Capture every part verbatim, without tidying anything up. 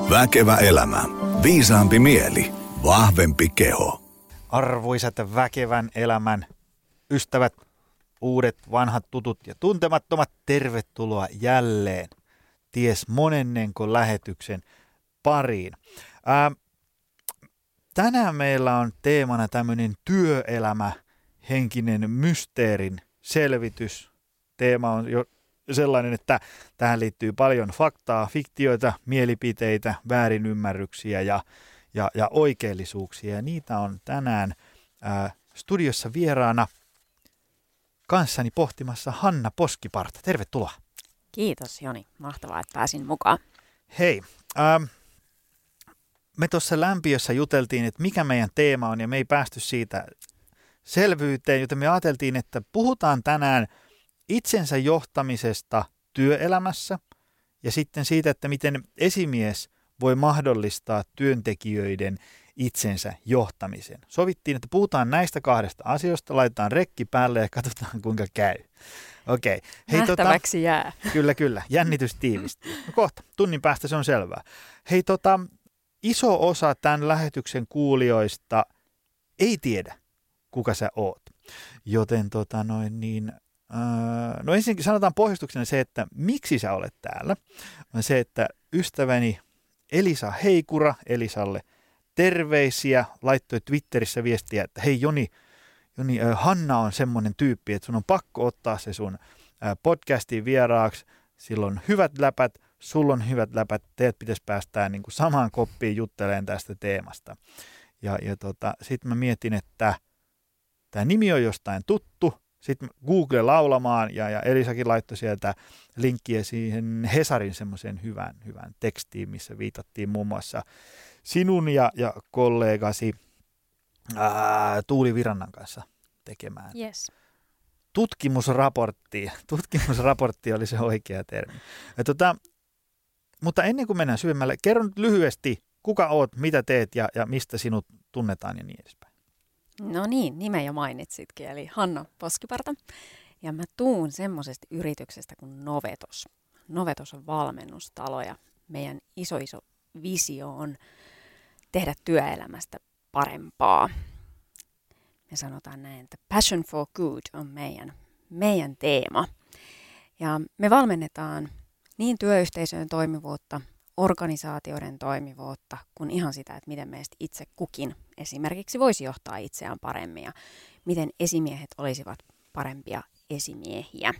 Väkevä elämä. Viisaampi mieli. Vahvempi keho. Arvoisat väkevän elämän ystävät, uudet, vanhat, tutut ja tuntemattomat, tervetuloa jälleen ties monennenko lähetyksen pariin. Ää, tänään meillä on teemana tämmöinen työelämä, henkinen mysteerin selvitys. Teema on jo sellainen, että tähän liittyy paljon faktaa, fiktioita, mielipiteitä, väärinymmärryksiä ja, ja, ja oikeellisuuksia. Ja niitä on tänään ää, studiossa vieraana kanssani pohtimassa Hanna Poskiparta. Tervetuloa. Kiitos Joni, mahtavaa, että pääsin mukaan. Hei, ää, me tuossa lämpiössä juteltiin, että mikä meidän teema on ja me ei päästy siitä selvyyteen, joten me ajateltiin, että puhutaan tänään itsensä johtamisesta työelämässä ja sitten siitä, että miten esimies voi mahdollistaa työntekijöiden itsensä johtamisen. Sovittiin, että puhutaan näistä kahdesta asioista, laitetaan rekki päälle ja katsotaan kuinka käy. Okei. Hei, Nähtäväksi tota, jää. Kyllä, kyllä. Jännitys tiivistyy. No kohta, tunnin päästä se on selvää. Hei, tota, iso osa tämän lähetyksen kuulijoista ei tiedä, kuka sä oot. Joten tota noin niin... No ensinnäkin sanotaan pohjustuksena se, että miksi sä olet täällä, on se, että ystäväni Elisa Heikura, Elisalle terveisiä, laittoi Twitterissä viestiä, että hei Joni, Joni Hanna on semmoinen tyyppi, että sun on pakko ottaa se sun podcastiin vieraaksi, sillä on hyvät läpät, sulla on hyvät läpät, teet pitäisi päästää niin kuin samaan koppiin juttelemaan tästä teemasta. Ja, ja tota, sitten mä mietin, että tämä nimi on jostain tuttu. Sitten Google laulamaan ja, ja Elisakin laittoi sieltä linkkiä siihen Hesarin semmoiseen hyvään, hyvään tekstiin, missä viitattiin muun muassa sinun ja, ja kollegasi ää, Tuuli Virannan kanssa tekemään. Yes. Tutkimusraportti. Tutkimusraportti oli se oikea termi. Ja tota, mutta ennen kuin mennään syvemmälle, kerro nyt lyhyesti, kuka oot, mitä teet ja, ja mistä sinut tunnetaan ja niin edespäin. No niin, nimen jo mainitsitkin, eli Hanna Poskiparta. Ja mä tuun semmoisesta yrityksestä kuin Novetos. Novetos on valmennustalo ja meidän iso iso visio on tehdä työelämästä parempaa. Me sanotaan näin, että Passion for Good on meidän, meidän teema. Ja me valmennetaan niin työyhteisöjen toimivuutta, organisaatioiden toimivuutta, kuin ihan sitä, että miten meistä itse kukin esimerkiksi voisi johtaa itseään paremmin ja miten esimiehet olisivat parempia esimiehiä.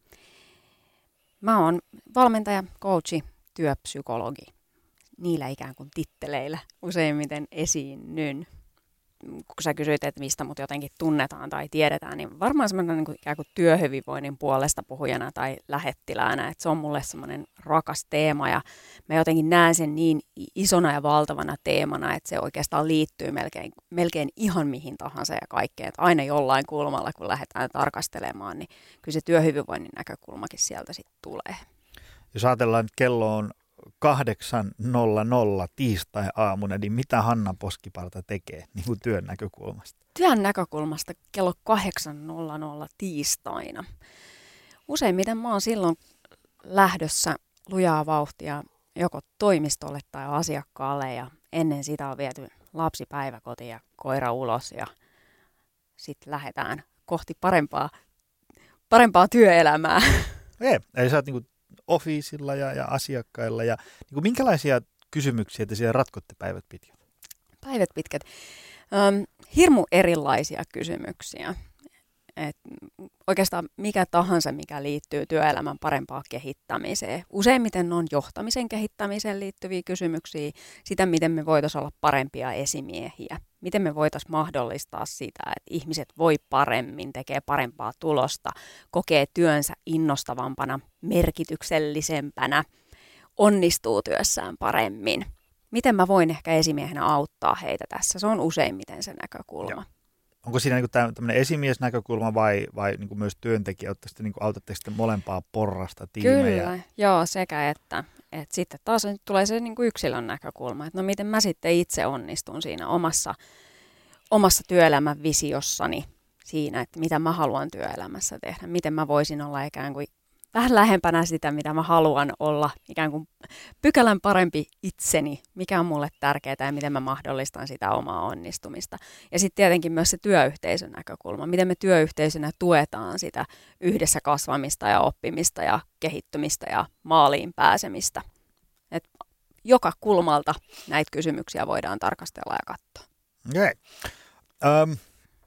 Mä oon valmentaja, coachi, työpsykologi. Niillä ikään kuin titteleillä useimmiten esiinnyn. Kun sä kysyit, että mistä mut jotenkin tunnetaan tai tiedetään, niin varmaan semmoinen niin kuin ikään kuin työhyvinvoinnin puolesta puhujana tai lähettiläänä, että se on mulle semmoinen rakas teema ja mä jotenkin näen sen niin isona ja valtavana teemana, että se oikeastaan liittyy melkein, melkein ihan mihin tahansa ja kaikkeen, että aina jollain kulmalla, kun lähdetään tarkastelemaan, niin kyllä se työhyvinvoinnin näkökulmakin sieltä sitten tulee. Jos ajatellaan, että kello on kahdeksan nolla nolla tiistai-aamuna, niin mitä Hanna Poskiparta tekee niin kuin työn näkökulmasta? Työn näkökulmasta kello kahdeksan nolla nolla tiistaina. Useimmiten mä oon silloin lähdössä lujaa vauhtia joko toimistolle tai asiakkaalle ja ennen sitä on viety lapsi päiväkotiin ja koira ulos ja sitten lähdetään kohti parempaa, parempaa työelämää. Ei, eli sä oot niinku officeilla ja, ja asiakkailla ja niin kuin minkälaisia kysymyksiä te siellä ratkotte päivät pitkät? Päivät pitkät. Ähm, hirmu erilaisia kysymyksiä. Et oikeastaan mikä tahansa, mikä liittyy työelämän parempaan kehittämiseen. Useimmiten on johtamisen kehittämiseen liittyviä kysymyksiä, sitä miten me voitaisiin olla parempia esimiehiä. Miten me voitaisiin mahdollistaa sitä, että ihmiset voi paremmin, tekee parempaa tulosta, kokee työnsä innostavampana, merkityksellisempänä, onnistuu työssään paremmin. Miten mä voin ehkä esimiehenä auttaa heitä tässä? Se on useimmiten se näkökulma. Joo. Onko siinä niin tämmöinen esimiesnäkökulma vai, vai niin kuin myös työntekijä, että niin autatteko sitten molempaa porrasta, tiimejä? Kyllä, joo, sekä että. Et sitten taas tulee se niin kuin yksilön näkökulma, että no miten mä sitten itse onnistun siinä omassa, omassa työelämän visiossani siinä, että mitä mä haluan työelämässä tehdä, miten mä voisin olla ikään kuin vähän lähempänä sitä, mitä mä haluan olla, ikään kuin pykälän parempi itseni, mikä on mulle tärkeää ja miten mä mahdollistan sitä omaa onnistumista. Ja sitten tietenkin myös se työyhteisön näkökulma, miten me työyhteisönä tuetaan sitä yhdessä kasvamista ja oppimista ja kehittymistä ja maaliin pääsemistä. Et joka kulmalta näitä kysymyksiä voidaan tarkastella ja katsoa. Okay. Um,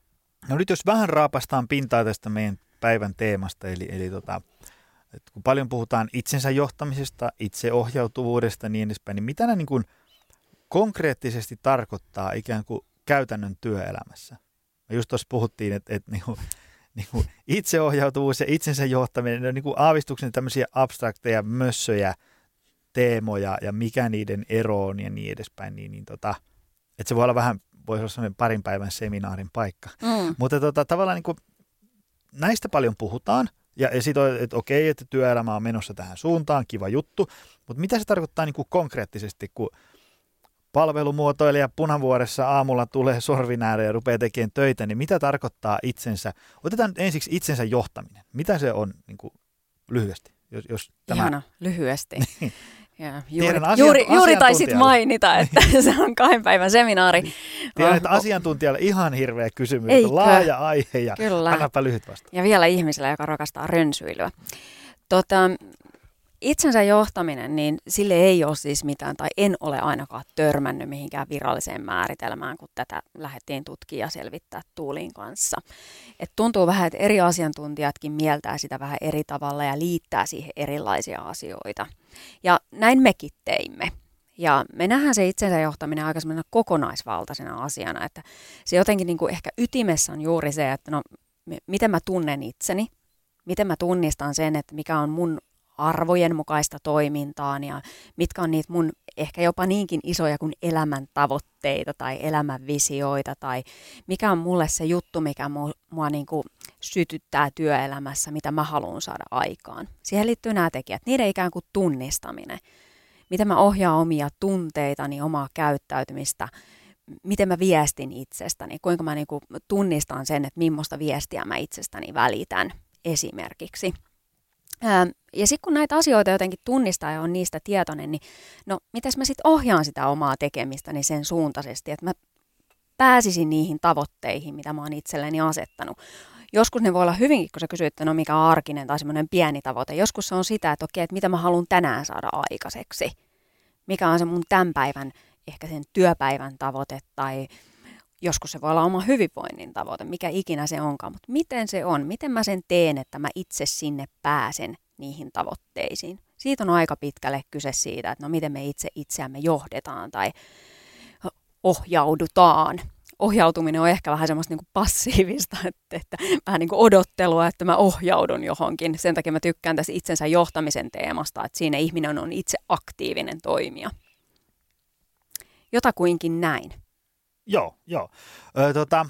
no nyt jos vähän raapastaan pintaa tästä meidän päivän teemasta, eli, eli tota, että kun paljon puhutaan itsensä johtamisesta, itseohjautuvuudesta ja niin edespäin, niin mitä nämä niin kuin konkreettisesti tarkoittaa ikään kuin käytännön työelämässä? Me just tuossa puhuttiin, että, että niin kuin, niin kuin itseohjautuvuus ja itsensä johtaminen, ne on niin kuin aavistuksen tämmöisiä abstrakteja mössöjä, teemoja ja mikä niiden ero on ja niin edespäin, niin, niin tota, että se voi olla vähän, voisi olla sellainen parin päivän seminaarin paikka. Mm. Mutta tota, tavallaan niin kuin, näistä paljon puhutaan, ja, ja sitten on, että okei, että työelämä on menossa tähän suuntaan, kiva juttu, mutta mitä se tarkoittaa niin kuin konkreettisesti, kun palvelumuotoilija Punavuoressa aamulla tulee sorvin ääreen ja rupeaa tekemään töitä, niin mitä tarkoittaa itsensä, otetaan ensiksi itsensä johtaminen, mitä se on niin kuin lyhyesti? Jos, jos tämä... Ihana, lyhyesti. Ja juuri, Tiedän, juuri, juuri taisit mainita, että se on kahden päivän seminaari. Tiedän, että asiantuntijalle ihan hirveä kysymys, Eikö? laaja aihe ja Kyllä. annapa lyhyt vasta. Ja vielä ihmisellä, joka rakastaa rönsyilyä. Tota, itsensä johtaminen, niin sille ei ole siis mitään, tai en ole ainakaan törmännyt mihinkään viralliseen määritelmään, kun tätä lähdettiin tutkia ja selvittää Tuulin kanssa. Et tuntuu vähän, että eri asiantuntijatkin mieltää sitä vähän eri tavalla ja liittää siihen erilaisia asioita. Ja näin mekin teimme. Ja me nähdään se itsensä johtaminen aika semmoinen kokonaisvaltaisena asiana, että se jotenkin niin kuin ehkä ytimessä on juuri se, että no, miten mä tunnen itseni, miten mä tunnistan sen, että mikä on mun arvojen mukaista toimintaa ja mitkä on niitä mun ehkä jopa niinkin isoja kuin elämän tavoitteita tai elämän visioita tai mikä on mulle se juttu, mikä mua, mua niin kuin sytyttää työelämässä, mitä mä haluan saada aikaan. Siihen liittyy nämä tekijät, niiden ikään kuin tunnistaminen. Miten mä ohjaan omia tunteitani, omaa käyttäytymistä, miten mä viestin itsestäni, kuinka mä niin kuin tunnistan sen, että millaista viestiä mä itsestäni välitän esimerkiksi. Ja sitten kun näitä asioita jotenkin tunnistaa ja on niistä tietoinen, niin no mites mä sitten ohjaan sitä omaa tekemistäni sen suuntaisesti, että mä pääsisin niihin tavoitteihin, mitä mä oon itselleni asettanut. Joskus ne voi olla hyvinkin, kun sä kysyt, että no mikä on arkinen tai semmoinen pieni tavoite. Joskus se on sitä, että okei, että mitä mä haluan tänään saada aikaiseksi. Mikä on se mun tämän päivän, ehkä sen työpäivän tavoite tai joskus se voi olla oma hyvinvoinnin tavoite, mikä ikinä se onkaan. Mutta miten se on? Miten mä sen teen, että mä itse sinne pääsen niihin tavoitteisiin? Siitä on aika pitkälle kyse siitä, että no miten me itse itseämme johdetaan tai ohjaudutaan. Ohjautuminen on ehkä vähän semmoista niin kuin passiivista, että, että vähän niin kuin odottelua, että mä ohjaudun johonkin. Sen takia mä tykkään tässä itsensä johtamisen teemasta, että siinä ihminen on itse aktiivinen toimija. Jotakuinkin näin. Joo, joo. Ö, tota,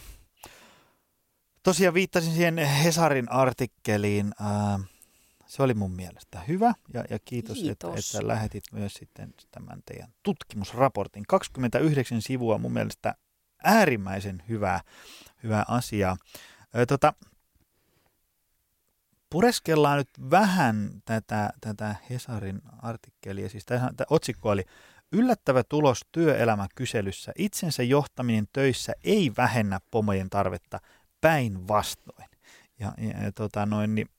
tosiaan viittasin siihen Hesarin artikkeliin. Ö, se oli mun mielestä hyvä ja, ja kiitos, kiitos. Että, että lähetit myös sitten tämän teidän tutkimusraportin. kaksikymmentäyhdeksän sivua mun mielestä äärimmäisen hyvää, hyvää asiaa. Ö, tota, pureskellaan nyt vähän tätä, tätä Hesarin artikkelia. Siis tämä otsikko oli yllättävä tulos työelämäkyselyssä. Itsensä johtaminen töissä ei vähennä pomojen tarvetta, päinvastoin. Ja, ja, ja tota noin, niin,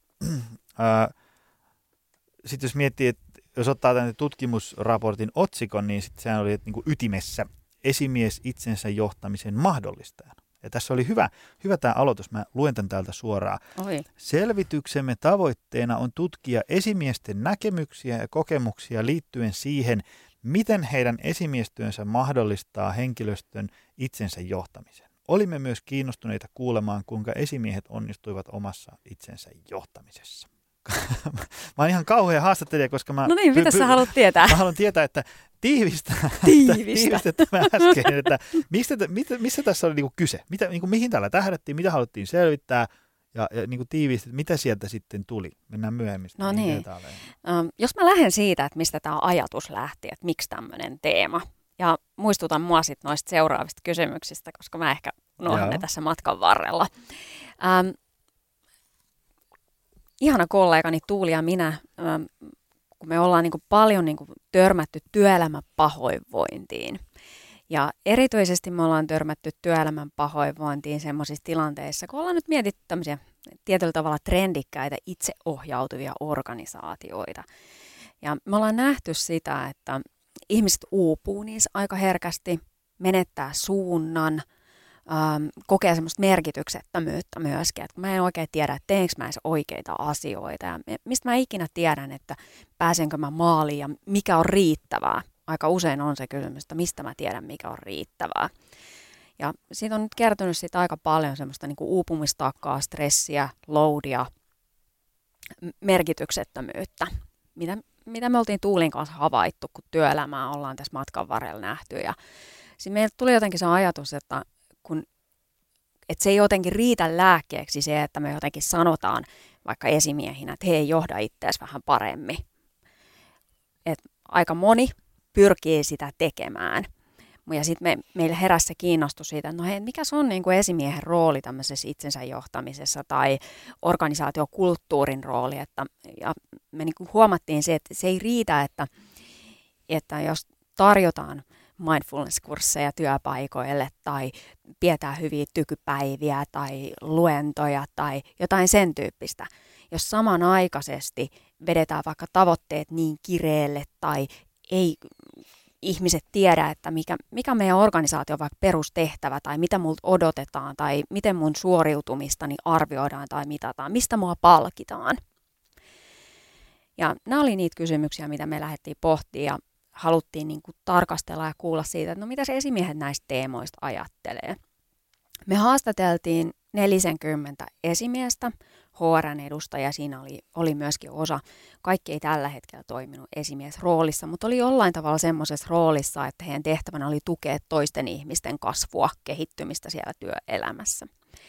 sitten jos miettii, että jos ottaa tämän tutkimusraportin otsikon, niin sitten sehän oli että niin kuin ytimessä esimies itsensä johtamisen mahdollistajana. Ja tässä oli hyvä, hyvä tämä aloitus, mä luen tämän täältä suoraan. Oi. Selvityksemme tavoitteena on tutkia esimiesten näkemyksiä ja kokemuksia liittyen siihen, miten heidän esimiestyönsä mahdollistaa henkilöstön itsensä johtamisen. Olimme myös kiinnostuneita kuulemaan, kuinka esimiehet onnistuivat omassa itsensä johtamisessa. Mä oon ihan kauhean haastattelija, koska mä... No niin, mitä py- sä haluat tietää? Mä haluan tietää, että tiivistä, tiivistä tämä äsken, että mistä, mitä, missä tässä oli niinku kyse? Mitä, niinku, mihin täällä tähdättiin, mitä haluttiin selvittää? Ja, ja niin kuin tiivisti, mitä sieltä sitten tuli? Mennään myöhemmin. No niin. Um, jos mä lähden siitä, että mistä tämä ajatus lähti, että miksi tämmöinen teema. Ja muistutan mua sitten noista seuraavista kysymyksistä, koska mä ehkä unohdan ne tässä matkan varrella. Um, ihana kollegani Tuuli ja minä, ähm, kun me ollaan niin kuin paljon niin kuin törmätty työelämän pahoinvointiin. Ja erityisesti me ollaan törmätty työelämän pahoinvointiin semmoisissa tilanteissa, kun ollaan nyt mietitty tämmöisiä tietyllä tavalla trendikkäitä itseohjautuvia organisaatioita. Ja me ollaan nähty sitä, että ihmiset uupuu niissä aika herkästi, menettää suunnan, ähm, kokee semmoista merkityksettömyyttä myöskin, että kun mä en oikein tiedä, että teenkö mä edes oikeita asioita ja mistä mä ikinä tiedän, että pääsenkö mä maaliin ja mikä on riittävää. Aika usein on se kysymys, että mistä mä tiedän, mikä on riittävää. Ja siitä on nyt kertynyt siitä aika paljon semmoista niin kuin uupumistakkaa, stressiä, loadia, merkityksettömyyttä, mitä, mitä me oltiin Tuulin kanssa havaittu, kun työelämää ollaan tässä matkan varrella nähty. Ja sitten meille tuli jotenkin se ajatus, että, kun, että se ei jotenkin riitä lääkkeeksi se, että me jotenkin sanotaan vaikka esimiehinä, että hei, johda itseäsi vähän paremmin. Et aika moni pyrkii sitä tekemään. Ja sitten me, meillä heräsi se kiinnostus siitä, että no hei, mikä se on niin kuin esimiehen rooli tämmöisessä itsensä johtamisessa tai organisaatiokulttuurin rooli. Että, ja me niin kuin huomattiin se, että se ei riitä, että, että jos tarjotaan mindfulness-kursseja työpaikoille tai pidetään hyviä tykypäiviä tai luentoja tai jotain sen tyyppistä. Jos samanaikaisesti vedetään vaikka tavoitteet niin kireelle tai ei ihmiset tiedä, että mikä, mikä meidän organisaatio on vaikka perustehtävä tai mitä multa odotetaan tai miten mun suoriutumistani arvioidaan tai mitataan, mistä mua palkitaan. Ja nämä oli niitä kysymyksiä, mitä me lähdettiin pohtimaan ja haluttiin niin kuin tarkastella ja kuulla siitä, että no mitä se esimiehet näistä teemoista ajattelee. Me haastateltiin neljäkymmentä esimiestä, H R-edustajia, siinä oli, oli myöskin osa, kaikki ei tällä hetkellä toiminut esimiesroolissa, mutta oli jollain tavalla semmoisessa roolissa, että heidän tehtävänä oli tukea toisten ihmisten kasvua, kehittymistä siellä työelämässä.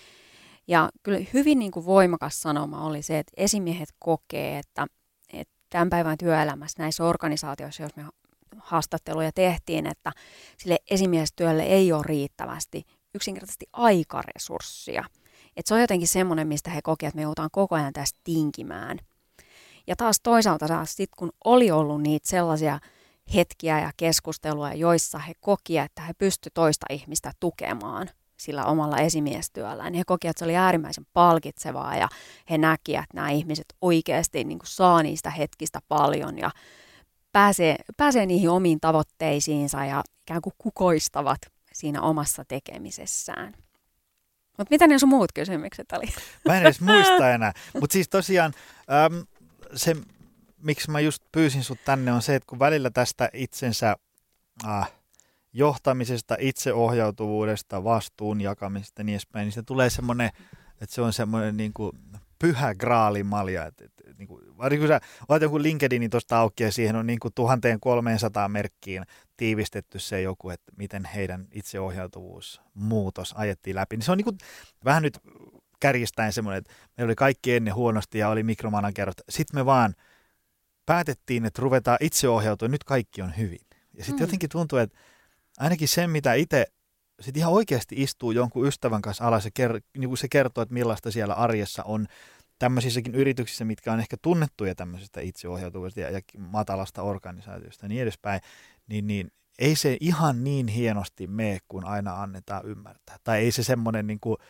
Ja kyllä hyvin niin kuin voimakas sanoma oli se, että esimiehet kokee, että, että tämän päivän työelämässä näissä organisaatioissa, jos me haastatteluja tehtiin, että sille esimiestyölle ei ole riittävästi yksinkertaisesti aikaresurssia. Että se on jotenkin semmoinen, mistä he kokevat, että me joudutaan koko ajan tästä tinkimään. Ja taas toisaalta sitten, kun oli ollut niitä sellaisia hetkiä ja keskusteluja, joissa he kokivat, että he pystyivät toista ihmistä tukemaan sillä omalla esimiestyöllään, niin he kokivat, että se oli äärimmäisen palkitsevaa ja he näkivät, että nämä ihmiset oikeasti niin kuin saa niistä hetkistä paljon ja pääsee, pääsee niihin omiin tavoitteisiinsa ja ikään kuin kukoistavat siinä omassa tekemisessään. Mutta mitä ne sun muut kysymykset oli? Mä en edes muista enää. Mutta siis tosiaan äm, se, miksi mä just pyysin sut tänne, on se, että kun välillä tästä itsensä äh, johtamisesta, itseohjautuvuudesta, vastuun jakamisesta ja niin edespäin, niin se tulee semmoinen, että se on semmoinen niin kuin pyhä graalimalja. Et, et, niin kuin, varsinkin kun sä olet joku LinkedInin tuosta auki ja siihen on niin kuin tuhatkolmesataa merkkiin tiivistetty se joku, että miten heidän itseohjautuvuus muutos ajettiin läpi. Niin se on niin kuin, vähän nyt kärjistäen semmoinen, että meillä oli kaikki ennen huonosti ja oli mikromanagerot. Sitten me vaan päätettiin, että ruvetaan itseohjautua, nyt kaikki on hyvin. Ja sitten mm. jotenkin tuntuu, että ainakin sen, mitä itse sitten ihan oikeasti istuu jonkun ystävän kanssa alas ja ker- niin se kertoo, että millaista siellä arjessa on tämmöisissäkin yrityksissä, mitkä on ehkä tunnettuja tämmöisestä itseohjautuvuudesta ja, ja matalasta organisaatiosta ja niin edespäin, niin, niin ei se ihan niin hienosti mene, kuin aina annetaan ymmärtää. Tai ei se semmoinen niin kuin,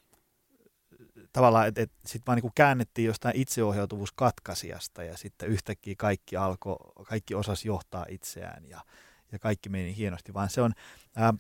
tavallaan, että et sitten vaan niin kuin käännettiin jostain itseohjautuvuuskatkaisijasta ja sitten yhtäkkiä kaikki alkoi, kaikki osasi johtaa itseään ja, ja kaikki meni hienosti, vaan se on ää,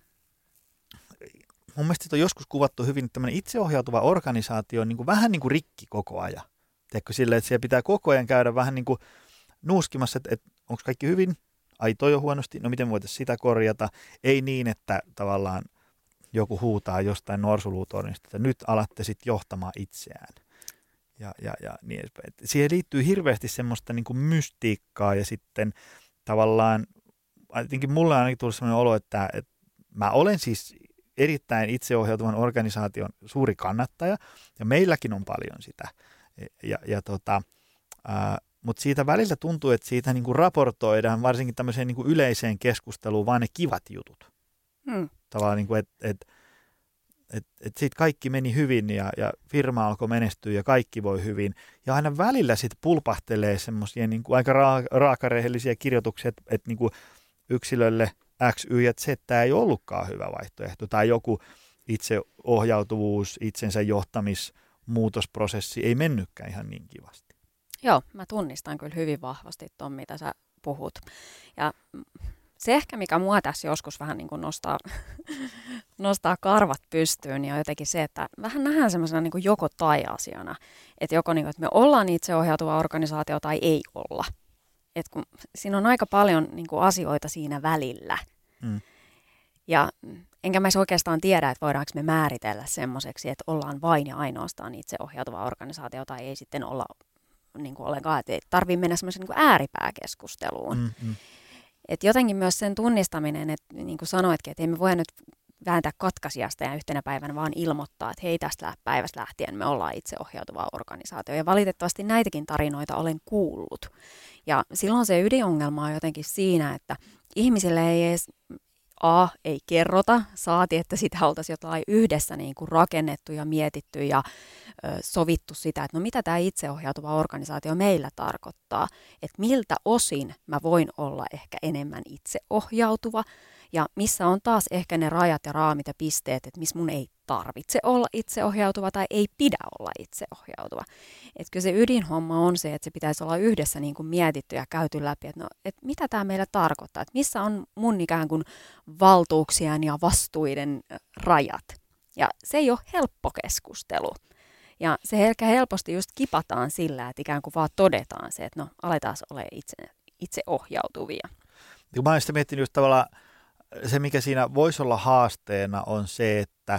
mun mielestä on joskus kuvattu hyvin, että tämmöinen itseohjautuva organisaatio on niin kuin vähän niin kuin rikki koko ajan. Teekö silleen, että siellä pitää koko ajan käydä vähän niin kuin nuuskimassa, että, että onko kaikki hyvin, ai toi on huonosti, no miten voitaisiin sitä korjata. Ei niin, että tavallaan joku huutaa jostain norsuluutornista, että nyt alatte sitten johtamaan itseään. Ja, ja, ja niin edespäin. Siihen liittyy hirveästi semmoista niin kuin mystiikkaa ja sitten tavallaan, jotenkin mulle on ainakin tullut semmoinen olo, että, että mä olen siis erittäin itseohjautuvan organisaation suuri kannattaja, ja meilläkin on paljon sitä. Ja, ja tota, ää, mutta siitä välillä tuntuu, että siitä niinku raportoidaan varsinkin tämmöiseen niinku yleiseen keskusteluun vaan ne kivat jutut. Hmm. Tavallaan, niinku, että et, että et sitten kaikki meni hyvin ja, ja firma alkoi menestyä ja kaikki voi hyvin. Ja aina välillä sitten pulpahtelee semmoisia niin kuin aika ra- raakarehellisiä kirjoituksia, että et niin kuin yksilölle X, Y ja Z tämä ei ollutkaan hyvä vaihtoehto. Tai joku itseohjautuvuus, itsensä johtamismuutosprosessi ei mennytkään ihan niin kivasti. Joo, mä tunnistan kyllä hyvin vahvasti ton, mitä sä puhut. Ja se ehkä, mikä mua tässä joskus vähän niin kuin nostaa, nostaa karvat pystyyn, niin on jotenkin se, että vähän nähdään semmoisena niin kuin joko tai asiana. Että joko niin kuin, että me ollaan itseohjautuva organisaatio tai ei olla. Et kun siinä on aika paljon niin kuin asioita siinä välillä. Mm. Ja enkä mä oikeastaan tiedä, että voidaanko me määritellä semmoiseksi, että ollaan vain ja ainoastaan itseohjautuva organisaatio tai ei sitten olla niin kuin ollenkaan, että ei tarvitse mennä semmoisen niin kuin ääripääkeskusteluun. Mm, mm. Et jotenkin myös sen tunnistaminen, että niin kuin sanoitkin, että ei me voida nyt vääntää katkaisijasta ja yhtenä päivänä vaan ilmoittaa, että hei, tästä päivästä lähtien me ollaan itseohjautuva organisaatio. Ja valitettavasti näitäkin tarinoita olen kuullut. Ja silloin se ydinongelma on jotenkin siinä, että ihmisille ei edes A, ei kerrota, saati, että sitä oltaisiin jotain yhdessä niin kuin rakennettu ja mietitty ja ö, sovittu sitä, että no mitä tämä itseohjautuva organisaatio meillä tarkoittaa, että miltä osin mä voin olla ehkä enemmän itseohjautuva ja missä on taas ehkä ne rajat ja raamit ja pisteet, että missä mun ei tarvitse olla itseohjautuva tai ei pidä olla itseohjautuva. Että kyllä se ydinhomma on se, että se pitäisi olla yhdessä niin kuin mietitty ja käyty läpi, että no, että mitä tämä meillä tarkoittaa, että missä on mun ikään kuin valtuuksien ja vastuiden rajat. Ja se ei ole helppo keskustelu. Ja se ehkä helposti just kipataan sillä, että ikään kuin vaan todetaan se, että no aletaan olla itse, itseohjautuvia. Mä olen sitä miettinyt just tavallaan, se, mikä siinä voisi olla haasteena, on se, että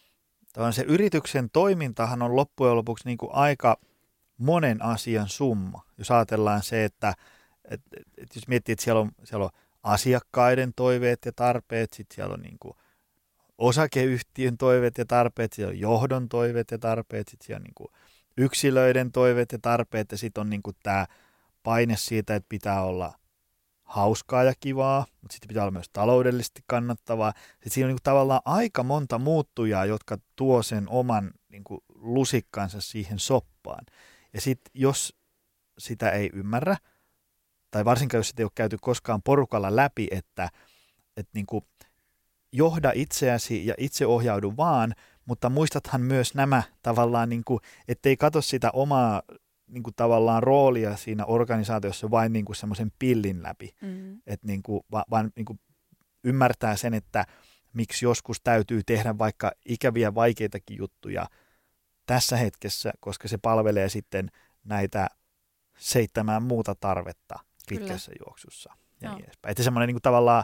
se yrityksen toimintahan on loppujen lopuksi niin kuin aika monen asian summa. Jos ajatellaan se, että, että, että jos miettii, että siellä on, siellä on asiakkaiden toiveet ja tarpeet, sitten siellä on niin kuin osakeyhtiön toiveet ja tarpeet, siellä on johdon toiveet ja tarpeet, sitten siellä on niin kuin yksilöiden toiveet ja tarpeet, ja sitten on niin kuin tämä paine siitä, että pitää olla hauskaa ja kivaa, mutta sitten pitää olla myös taloudellisesti kannattavaa. Sitten siinä on niin kuin tavallaan aika monta muuttujaa, jotka tuo sen oman niin kuin lusikkansa siihen soppaan. Ja sitten jos sitä ei ymmärrä, tai varsinkaan jos sitä ei ole käyty koskaan porukalla läpi, että, että niin kuin johda itseäsi ja itse ohjaudu vaan, mutta muistathan myös nämä tavallaan, niin kuin, ettei katso sitä omaa niin kuin tavallaan roolia siinä organisaatiossa vain niin kuin semmoisen pillin läpi, mm-hmm. että niin kuin, va, vaan niin kuin ymmärtää sen, että miksi joskus täytyy tehdä vaikka ikäviä vaikeitakin juttuja tässä hetkessä, koska se palvelee sitten näitä seitsemää muuta tarvetta pitkässä Kyllä. juoksussa ja no. niin edespäin. Että semmoinen niin kuin tavallaan,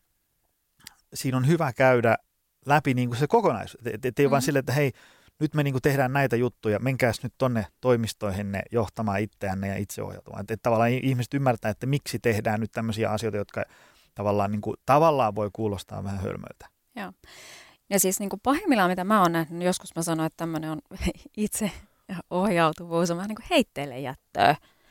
siinä on hyvä käydä läpi niin kuin se kokonaisuus, että et, et ei mm-hmm. vaan sille, että hei, nyt me niinku tehdään näitä juttuja, menkääs nyt tonne toimistoihinne johtamaan itseänne ja itseohjautumaan. Että et tavallaan ihmiset ymmärtää, että miksi tehdään nyt tämmöisiä asioita, jotka tavallaan, niinku, tavallaan voi kuulostaa vähän hölmöltä. Joo. Ja siis niinku pahimmillaan, mitä mä oon nähnyt, niin joskus mä sanoin, että tämmöinen on itseohjautuvuus on vähän niin kuin heitteille jättöä.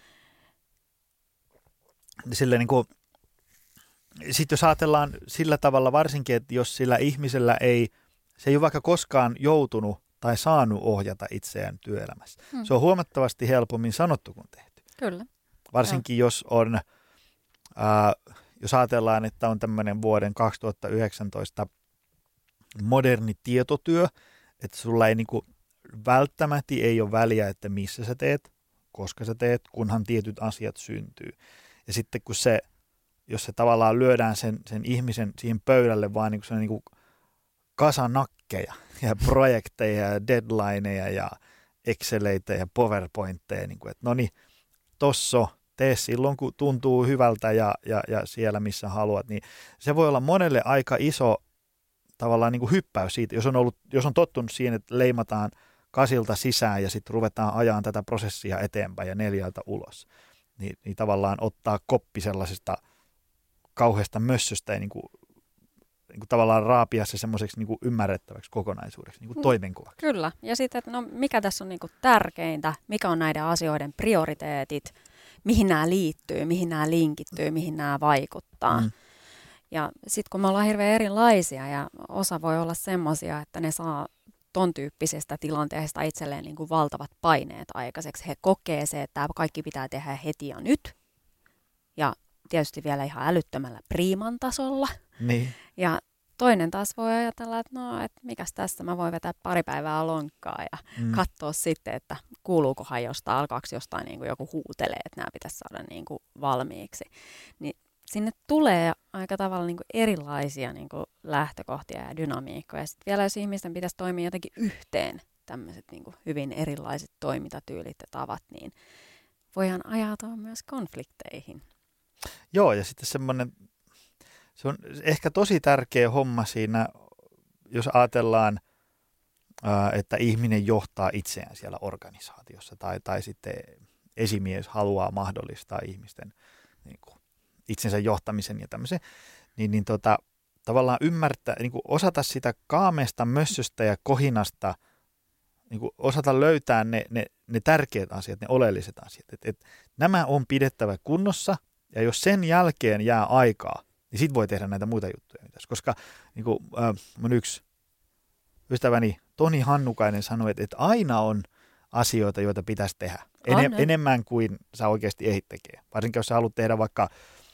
Silleen niinku, sitten jos ajatellaan sillä tavalla varsinkin, että jos sillä ihmisellä ei, se ei ole vaikka koskaan joutunut tai saanut ohjata itseään työelämässä. Hmm. Se on huomattavasti helpommin sanottu kuin tehty. Kyllä. Varsinkin jos on, äh, jos ajatellaan, että on tämmöinen vuoden kaksituhattayhdeksäntoista moderni tietotyö, että sulla ei niinku välttämättä ei ole väliä, että missä sä teet, koska sä teet, kunhan tietyt asiat syntyy. Ja sitten kun se, jos se tavallaan lyödään sen, sen ihmisen siihen pöydälle vaan niin kuin se on niin kuin kasa nakkeja ja projekteja ja deadlineja ja Exceleitä ja PowerPointteja, niin kuin, että no niin, tossa tee silloin, kun tuntuu hyvältä ja, ja, ja siellä, missä haluat, niin se voi olla monelle aika iso tavallaan niin kuin hyppäys siitä, jos on, ollut, jos on tottunut siihen, että leimataan kasilta sisään ja sitten ruvetaan ajaa tätä prosessia eteenpäin ja neljältä ulos, niin, niin tavallaan ottaa koppi sellaisesta kauheasta mössöstä ja niin kuin, niin kuin tavallaan raapia se semmoiseksi niin kuin ymmärrettäväksi kokonaisuudeksi, niin kuin toimenkuvaksi. Kyllä. Ja sitten, että no mikä tässä on niin kuin tärkeintä, mikä on näiden asioiden prioriteetit, mihin nämä liittyy, mihin nämä linkittyy, mihin nämä vaikuttaa. Mm. Ja sitten kun me ollaan hirveän erilaisia ja osa voi olla semmoisia, että ne saa ton tyyppisestä tilanteesta itselleen niin kuin valtavat paineet aikaiseksi. He kokee se, että tämä kaikki pitää tehdä heti ja nyt. Ja tietysti vielä ihan älyttömällä priiman tasolla. Niin. Ja toinen taas voi ajatella, että no, että mikäs tässä, mä voin vetää pari päivää lonkkaa ja mm. katsoa sitten, että kuuluukohan jostain, alkaako jostain niin kuin joku huutelee, että nämä pitäisi saada niin kuin valmiiksi. Niin sinne tulee aika tavalla niin kuin erilaisia niin kuin lähtökohtia ja dynamiikkoja. Ja sitten vielä jos ihmisten pitäisi toimia jotenkin yhteen, tämmöiset niin kuin hyvin erilaiset toimintatyylit ja tavat, niin voidaan ajautua myös konflikteihin. Joo, ja sitten semmoinen, se on ehkä tosi tärkeä homma siinä, jos ajatellaan, että ihminen johtaa itseään siellä organisaatiossa tai, tai sitten esimies haluaa mahdollistaa ihmisten niin kuin, itsensä johtamisen ja tämmöisen, niin, niin tota, tavallaan ymmärtää, niin kuin osata sitä kaameesta mössöstä ja kohinasta, niin kuin osata löytää ne, ne, ne tärkeät asiat, ne oleelliset asiat. Et, et, nämä on pidettävä kunnossa, ja jos sen jälkeen jää aikaa, niin sit voi tehdä näitä muita juttuja. Koska niin kuin, äh, mun yksi ystäväni Toni Hannukainen sanoi, että, että aina on asioita, joita pitäisi tehdä. Enem, enemmän kuin sä oikeasti ehdit tekee. Varsinkin jos sä haluat tehdä vaikka,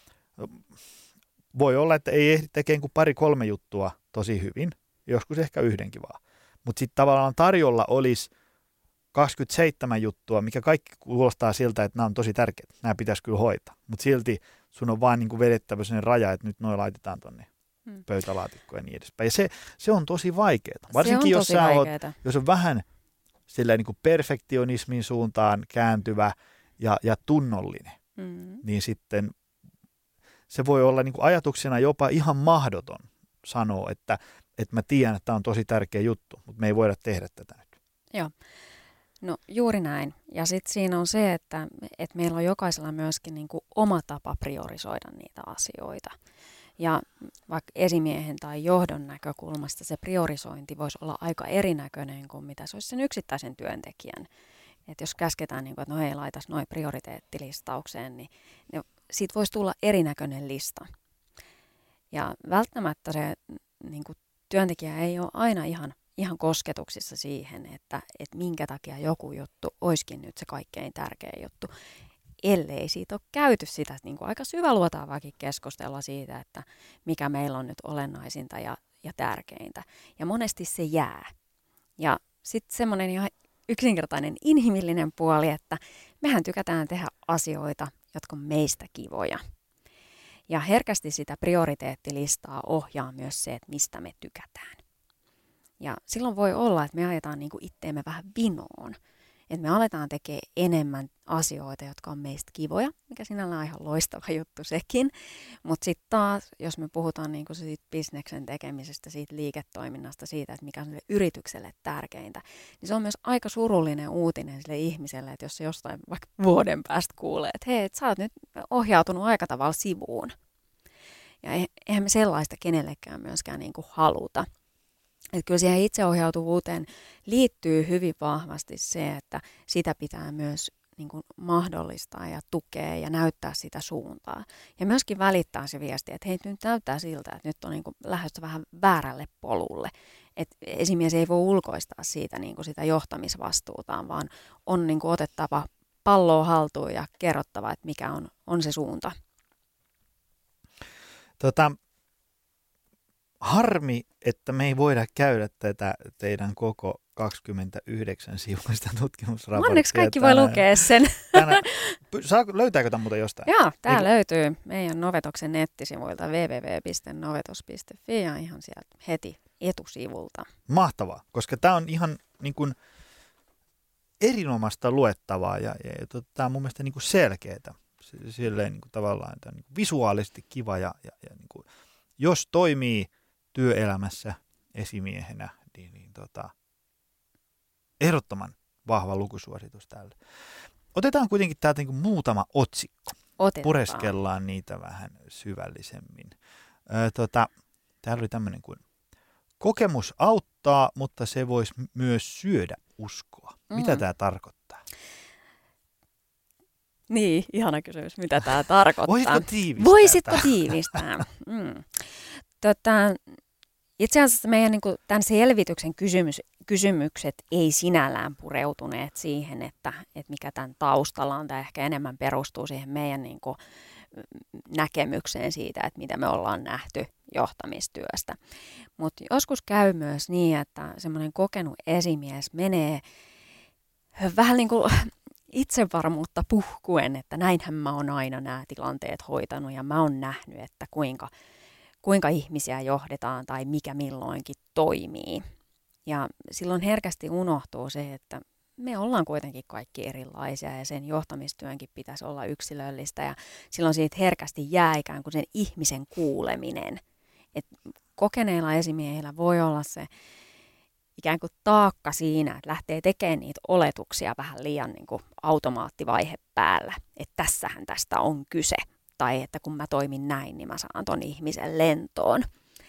voi olla, että ei ehdi tekemään kuin pari-kolme juttua tosi hyvin, joskus ehkä yhdenkin vaan. Mutta sitten tavallaan tarjolla olisi kaksikymmentäseitsemän juttua, mikä kaikki kuulostaa siltä, että nämä on tosi tärkeitä. Nämä pitäisi kyllä hoitaa. Mutta silti sun on vaan niinku vedettävä sellainen raja, että nyt noi laitetaan tuonne hmm. pöytälaatikkoon ja niin edespäin. Ja se, se on tosi vaikeaa. Varsinkin jos, sä oot, jos on vähän sillä niinku perfektionismin suuntaan kääntyvä ja, ja tunnollinen, hmm. niin sitten se voi olla niinku ajatuksena jopa ihan mahdoton sanoa, että, että mä tiedän, että tämä on tosi tärkeä juttu, mutta me ei voida tehdä tätä nyt. Joo. No juuri näin. Ja sitten siinä on se, että, että meillä on jokaisella myöskin niin kuin oma tapa priorisoida niitä asioita. Ja vaikka esimiehen tai johdon näkökulmasta se priorisointi voisi olla aika erinäköinen kuin mitä se olisi sen yksittäisen työntekijän. Että jos käsketään, niin kuin, että no hei, laitas noin prioriteettilistaukseen, niin, niin siitä voisi tulla erinäköinen lista. Ja välttämättä se niin kuin työntekijä ei ole aina ihan ihan kosketuksissa siihen, että, että minkä takia joku juttu olisikin nyt se kaikkein tärkein juttu, ellei siitä ole käyty sitä niin kuin aika syväluotaavaakin keskustella siitä, että mikä meillä on nyt olennaisinta ja, ja tärkeintä. Ja monesti se jää. Ja sitten semmoinen ihan yksinkertainen inhimillinen puoli, että mehän tykätään tehdä asioita, jotka on meistä kivoja. Ja herkästi sitä prioriteettilistaa ohjaa myös se, että mistä me tykätään. Ja silloin voi olla, että me ajetaan niin kuin itteemme vähän vinoon. Että me aletaan tekemään enemmän asioita, jotka on meistä kivoja, mikä sinällään on ihan loistava juttu sekin. Mutta sitten taas, jos me puhutaan niin kuin siitä bisneksen tekemisestä, siitä liiketoiminnasta, siitä, että mikä on sille yritykselle tärkeintä, niin se on myös aika surullinen uutinen sille ihmiselle, että jos se jostain vaikka vuoden päästä kuulee, että hei, et sä oot nyt ohjautunut aika tavalla sivuun. Ja eihän me sellaista kenellekään myöskään niin kuin haluta. Että kyllä siihen itseohjautuvuuteen liittyy hyvin vahvasti se, että sitä pitää myös niin kuin mahdollistaa ja tukea ja näyttää sitä suuntaa. Ja myöskin välittää se viesti, että hei, nyt näyttää siltä, että nyt on niin kuin lähdössä vähän väärälle polulle. Että esimies ei voi ulkoistaa siitä niin kuin sitä johtamisvastuutaan, vaan on niin kuin otettava palloa haltuun ja kerrottava, että mikä on, on se suunta. Tota... Harmi, että me ei voida käydä tätä teidän koko kaksikymmentäyhdeksän sivuista tutkimusraporttia. Onneksi kaikki tänään. Voi lukea sen. Tänään. Saa, löytääkö tämä muuten jostain? Joo, tämä Eiku... löytyy meidän Novetoksen nettisivuilta double-u double-u double-u piste novetos piste fi ja ihan sieltä heti etusivulta. Mahtavaa, koska tämä on ihan niin kuin erinomaista luettavaa ja, ja, ja tämä on mun mielestä niin kuin selkeää. Silleen niin kuin tavallaan tämä on niin kuin visuaalisesti kiva ja, ja, ja niin kuin, jos toimii työelämässä esimiehenä, niin, niin tota, ehdottoman vahva lukusuositus tälle. Otetaan kuitenkin täältä niin kuin muutama otsikko. Otetaan. Pureskellaan niitä vähän syvällisemmin. Öö, tota, täällä oli tämmöinen kuin kokemus auttaa, mutta se voisi myös syödä uskoa. Mm. Mitä tämä tarkoittaa? Niin, ihana kysymys. Mitä tämä tarkoittaa? Voisitko tiivistää? Voisitko tiivistää? Mm. Tota, Itse asiassa meidän niin kuin, tämän selvityksen kysymys, kysymykset ei sinällään pureutuneet siihen, että, että mikä tämän taustalla on, tai ehkä enemmän perustuu siihen meidän niin kuin, näkemykseen siitä, että mitä me ollaan nähty johtamistyöstä. Mutta joskus käy myös niin, että semmoinen kokenut esimies menee vähän niin kuin itsevarmuutta puhkuen, että näinhän mä oon aina nämä tilanteet hoitanut ja mä oon nähnyt, että kuinka, kuinka ihmisiä johdetaan tai mikä milloinkin toimii. Ja silloin herkästi unohtuu se, että me ollaan kuitenkin kaikki erilaisia ja sen johtamistyönkin pitäisi olla yksilöllistä ja silloin siitä herkästi jää ikään kuin sen ihmisen kuuleminen. Et kokeneilla esimiehillä voi olla se ikään kuin taakka siinä, että lähtee tekemään niitä oletuksia vähän liian niin kuin automaattivaihe päällä, että tässähän tästä on kyse. Tai että kun mä toimin näin, niin mä saan ton ihmisen lentoon.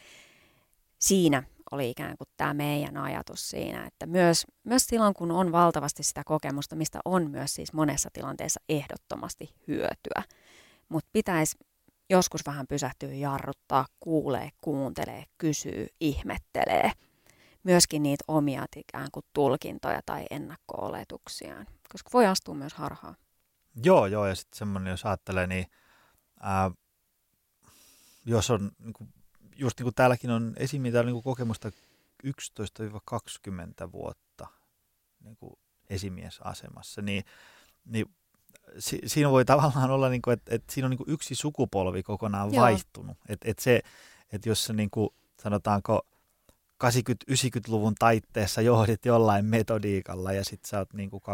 Siinä oli ikään kuin tämä meidän ajatus siinä, että myös, myös silloin, kun on valtavasti sitä kokemusta, mistä on myös siis monessa tilanteessa ehdottomasti hyötyä, mutta pitäisi joskus vähän pysähtyä, jarruttaa, kuulee, kuuntelee, kysyy, ihmettelee. Myöskin niitä omia ikään kuin tulkintoja tai ennakko-oletuksiaan, koska voi astua myös harhaan. Joo, joo, ja sitten semmoinen, jos ajattelee, niin ää, jos on, niin kuin, just niin kuin täälläkin on esimiehiä niin kuin kokemusta yksitoista kaksikymmentä vuotta niin kuin esimiesasemassa, niin, niin si, siinä voi tavallaan olla, niin kuin, että, että siinä on niin kuin yksi sukupolvi kokonaan Joo. vaihtunut. Että et se, että jos se niin kuin, sanotaanko kahdeksankymmentä-yhdeksänkymmentäluvun taitteessa johdit jollain metodiikalla ja sitten sä oot niin kuin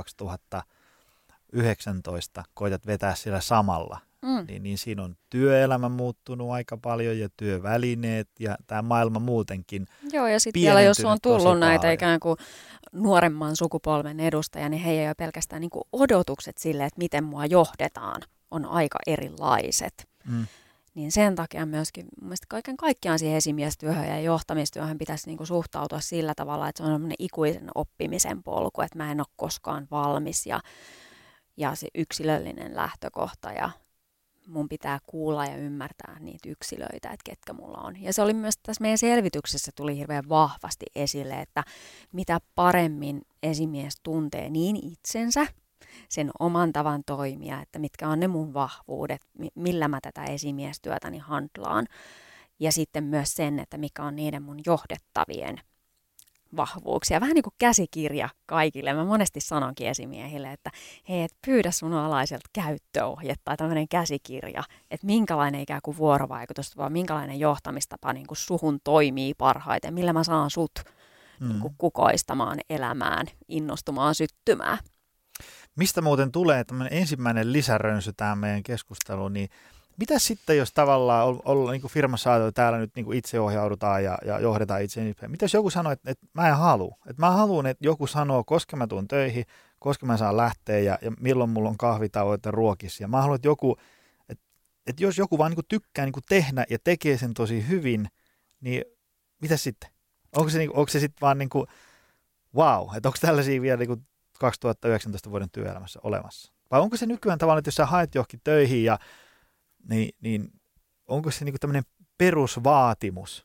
kaksituhattayhdeksäntoista koitat vetää siellä samalla, mm. niin, niin siinä on työelämä muuttunut aika paljon ja työvälineet ja tämä maailma muutenkin. Joo, ja sitten vielä jos on tullut näitä paljon. Ikään kuin nuoremman sukupolven edustajia, niin heillä ei ole pelkästään niin kuin odotukset sille, että miten mua johdetaan, on aika erilaiset. Mm. Niin sen takia myöskin mun mielestä kaiken kaikkiaan siihen esimiestyöhön ja johtamistyöhön pitäisi niinku suhtautua sillä tavalla, että se on sellainen ikuisen oppimisen polku, että mä en ole koskaan valmis ja, ja se yksilöllinen lähtökohta ja mun pitää kuulla ja ymmärtää niitä yksilöitä, että ketkä mulla on. Ja se oli myös tässä meidän selvityksessä tuli hirveän vahvasti esille, että mitä paremmin esimies tuntee niin itsensä, sen oman tavan toimia, että mitkä on ne mun vahvuudet, millä mä tätä esimiestyötäni handlaan. Ja sitten myös sen, että mikä on niiden mun johdettavien vahvuuksia. Vähän niin kuin käsikirja kaikille. Mä monesti sanonkin esimiehille, että hei, et pyydä sun alaiselta käyttöohje tai tämmöinen käsikirja, että minkälainen ikään kuin vuorovaikutus, vai minkälainen johtamistapa niin kuin suhun toimii parhaiten, millä mä saan sut mm. niin kuin kukoistamaan elämään, innostumaan, syttymään. Mistä muuten tulee tämmöinen ensimmäinen lisärönsy tähän meidän keskusteluun, niin mitä sitten, jos tavallaan olla, olla niin kuin firmassa ajatellaan, että täällä nyt niin kuin itse ohjaudutaan ja, ja johdetaan itse, mitä jos joku sanoo, että, että mä en halua, että mä haluan, että joku sanoo, koska mä tuun töihin, koska mä saan lähteä ja, ja milloin mulla on kahvitauot ja ruokis, ja mä haluan, että joku, että, että jos joku vaan niin kuin tykkää niin kuin tehdä ja tekee sen tosi hyvin, niin mitä sitten? Onko se, niin kuin, onko se sitten vaan niin kuin, wow, että onko tällaisia vielä niin kuin kaksituhattayhdeksäntoista vuoden työelämässä olemassa? Vai onko se nykyään tavallaan, että jos sä haet johonkin töihin, ja, niin, niin onko se niinku tämmöinen perusvaatimus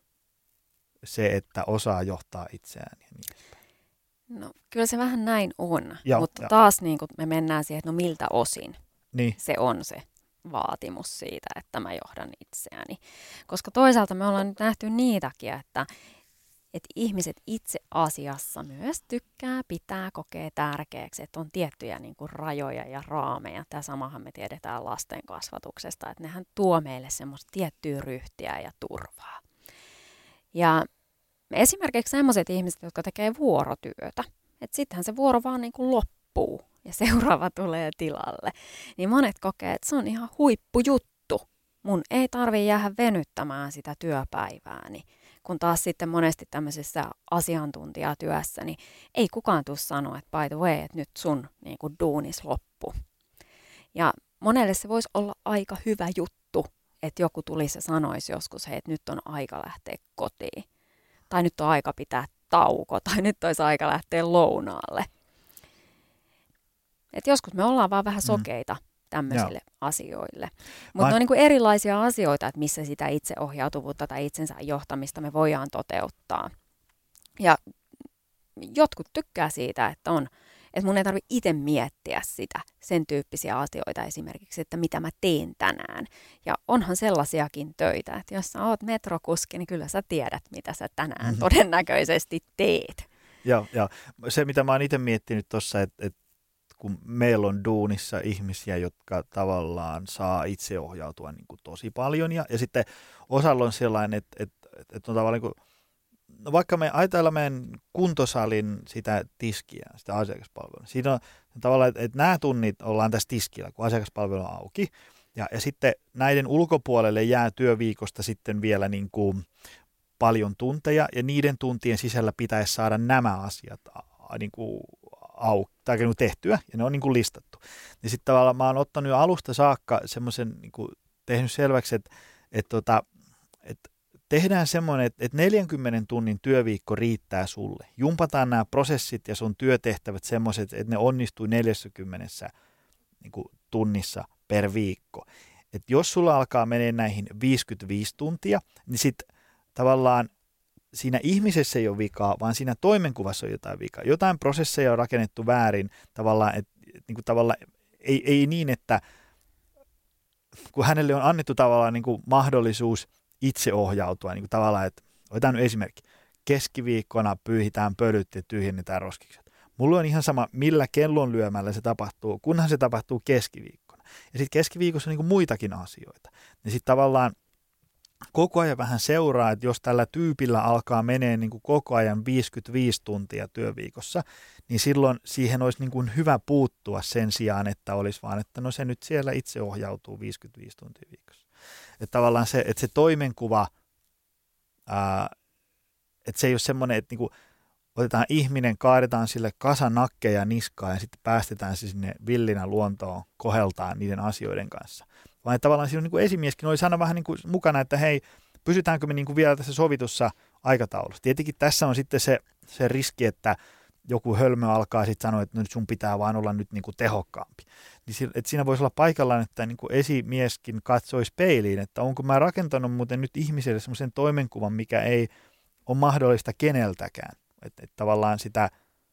se, että osaa johtaa itseään? Ja niin. No kyllä se vähän näin on, Joo, mutta jo. taas niin kun me mennään siihen, että no miltä osin niin. se on se vaatimus siitä, että mä johdan itseäni. Koska toisaalta me ollaan nyt nähty niitäkin, että että ihmiset itse asiassa myös tykkää, pitää, kokee tärkeäksi, että on tiettyjä niin kuin rajoja ja raameja. Tämä samahan me tiedetään lasten kasvatuksesta, että nehän tuo meille semmoista tiettyä ryhtiä ja turvaa. Ja esimerkiksi sellaiset ihmiset, jotka tekee vuorotyötä, että sittenhän se vuoro vaan niin kuin loppuu ja seuraava tulee tilalle, niin monet kokee, että se on ihan huippujuttu. Mun ei tarvitse jäädä venyttämään sitä työpäivääni. Kun taas sitten monesti tämmöisessä asiantuntijatyössä, niin ei kukaan tule sanoa, että by the way, että nyt sun niin kuin duunis loppu. Ja monelle se voisi olla aika hyvä juttu, että joku tulisi ja sanoisi joskus, hei, että nyt on aika lähteä kotiin. Tai nyt on aika pitää tauko, tai nyt olisi aika lähteä lounaalle. Et joskus me ollaan vaan vähän sokeita mm. tämmöisille Joo. asioille. Mutta ne on niin kuin erilaisia asioita, että missä sitä itseohjautuvuutta tai itsensä johtamista me voidaan toteuttaa. Ja jotkut tykkää siitä, että on että mun ei tarvitse itse miettiä sitä, sen tyyppisiä asioita esimerkiksi, että mitä mä teen tänään. Ja onhan sellaisiakin töitä, että jos sä oot metrokuski, niin kyllä sä tiedät, mitä sä tänään mm-hmm. todennäköisesti teet. Joo, ja se mitä mä oon itse miettinyt tuossa, että, että kun meillä on duunissa ihmisiä, jotka tavallaan saa itseohjautua niin kuin tosi paljon, ja, ja sitten osalla on sellainen, että, että, että on tavallaan niin kuin no vaikka me ajatellaan meidän kuntosalin sitä tiskiä, sitä asiakaspalvelua. Siinä on tavallaan, että, että nämä tunnit ollaan tässä tiskillä, kun asiakaspalvelu on auki. Ja, ja sitten näiden ulkopuolelle jää työviikosta sitten vielä niin kuin paljon tunteja, ja niiden tuntien sisällä pitäisi saada nämä asiat niin kuin auki, tai niin kuin tehtyä, ja ne on niin kuin listattu. Ja sitten tavallaan mä oon ottanut jo alusta saakka semmoisen, niin kuin tehnyt selväksi, että, että, että, että tehdään semmoinen, että neljänkymmenen tunnin työviikko riittää sulle. Jumpataan nämä prosessit ja sun työtehtävät semmoiset, että ne onnistuu neljässäkymmenessä niin kuin tunnissa per viikko. Et jos sulla alkaa menee näihin viisikymmentäviisi tuntia, niin sitten tavallaan siinä ihmisessä ei ole vikaa, vaan siinä toimenkuvassa on jotain vikaa. Jotain prosesseja on rakennettu väärin tavallaan, et, niin kuin tavallaan ei, ei niin, että kun hänelle on annettu tavallaan niin kuin mahdollisuus itse ohjautua, niin kuin tavallaan, että otetaan nyt esimerkki. Keskiviikkona pyyhitään pölyt ja tyhjennetään roskikset. Mulla on ihan sama, millä kellon lyömällä se tapahtuu, kunhan se tapahtuu keskiviikkona. Ja sitten keskiviikossa on niin kuin muitakin asioita. Ja sitten tavallaan koko ajan vähän seuraa, että jos tällä tyypillä alkaa menee niin kuin koko ajan viisikymmentäviisi tuntia työviikossa, niin silloin siihen olisi niin kuin hyvä puuttua sen sijaan, että olisi vaan, että no se nyt siellä itse ohjautuu viisikymmentäviisi tuntia viikossa. Että tavallaan se, että se toimenkuva, ää, että se ei ole semmoinen, että niinku otetaan ihminen, kaadetaan sille kasa nakkeja niskaan ja sitten päästetään se sinne villinä luontoon koheltaan niiden asioiden kanssa. Vaan että tavallaan siinä on niinku esimieskin oli aina vähän niinku mukana, että hei, pysytäänkö me niinku vielä tässä sovitussa aikataulussa. Tietenkin tässä on sitten se, se riski, että joku hölmö alkaa sitten sanoa, että no sun pitää vaan olla nyt niinku tehokkaampi. Niin, että siinä voisi olla paikallaan, että niinku esimieskin katsoisi peiliin, että onko mä rakentanut muuten nyt ihmiselle semmoisen toimenkuvan, mikä ei ole mahdollista keneltäkään. Että et tavallaan sitä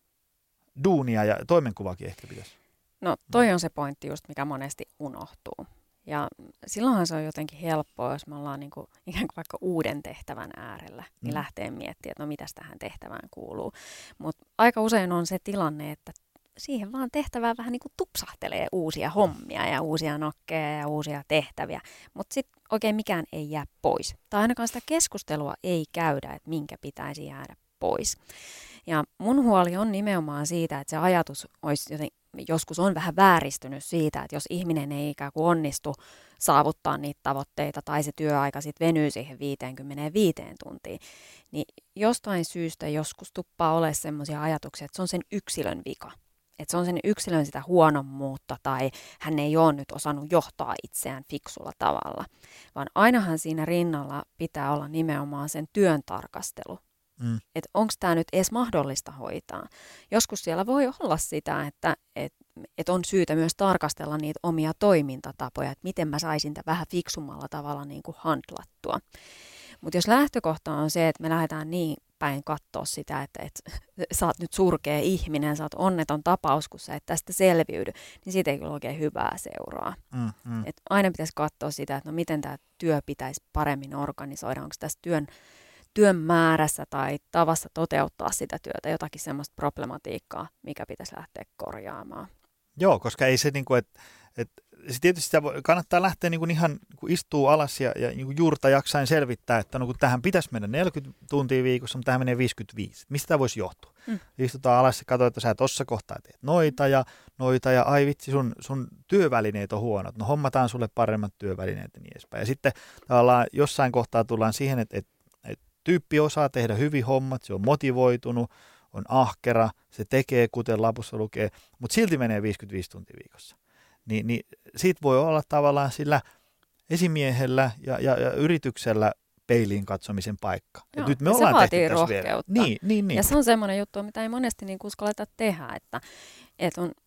duunia ja toimenkuvaakin ehkä pitäisi. No toi on se pointti just, mikä monesti unohtuu. Ja silloinhan se on jotenkin helppoa, jos me ollaan niin kuin, ikään kuin vaikka uuden tehtävän äärellä, niin mm. lähtee miettimään, että no mitäs tähän tehtävään kuuluu. Mutta aika usein on se tilanne, että siihen vaan tehtävään vähän niin kuin tupsahtelee uusia hommia ja uusia nakkeja ja uusia tehtäviä, mutta sitten oikein mikään ei jää pois. Tai ainakaan sitä keskustelua ei käydä, että minkä pitäisi jäädä pois. Ja mun huoli on nimenomaan siitä, että se ajatus olisi joten, joskus on vähän vääristynyt siitä, että jos ihminen ei ikään kuin onnistu saavuttaa niitä tavoitteita tai se työaika sitten venyy siihen viisikymmentäviisi tuntiin, niin jostain syystä joskus tuppaa olemaan semmoisia ajatuksia, että se on sen yksilön vika. Että se on sen yksilön sitä huonommuutta tai hän ei ole nyt osannut johtaa itseään fiksulla tavalla, vaan ainahan siinä rinnalla pitää olla nimenomaan sen työn tarkastelu. Mm. Että onko tämä nyt edes mahdollista hoitaa. Joskus siellä voi olla sitä, että et, et on syytä myös tarkastella niitä omia toimintatapoja, että miten mä saisin tämän vähän fiksummalla tavalla niin kuin handlattua. Mutta jos lähtökohta on se, että me lähdetään niin päin katsoa sitä, että et, sä oot nyt surkea ihminen, sä oot onneton tapaus, kun sä et tästä selviydy, niin siitä ei kyllä oikein hyvää seuraa. Mm, mm. Et aina pitäisi katsoa sitä, että no miten tämä työ pitäisi paremmin organisoida, onko tässä työn työn määrässä tai tavassa toteuttaa sitä työtä, jotakin semmoista problematiikkaa, mikä pitäisi lähteä korjaamaan. Joo, koska ei se, niin kuin, että, että se tietysti sitä voi, kannattaa lähteä niin kuin ihan kun istuu alas ja, ja niin kuin juurta jaksain selvittää, että no kun tähän pitäisi mennä neljäkymmentä tuntia viikossa, mutta tähän menee viisikymmentäviisi. Mistä tämä voisi johtua? Mm. Istutaan alas ja katsotaan, että sä tuossa kohtaa teet noita ja noita ja ai vitsi, sun, sun työvälineet on huonot. No hommataan sulle paremmat työvälineet ja niin edespäin. Ja sitten tavallaan jossain kohtaa tullaan siihen, että, että tyyppi osaa tehdä hyvin hommat, se on motivoitunut, on ahkera, se tekee kuten lapussa lukee, mutta silti menee viisikymmentäviisi tuntia viikossa. Ni, niin siitä voi olla tavallaan sillä esimiehellä ja, ja, ja yrityksellä peiliin katsomisen paikka. Joo, nyt me ja ollaan se vaatii rohkeutta. Niin, niin, niin. Ja se on semmoinen juttu, mitä ei monesti niin uskalleta tehdä, että, että on,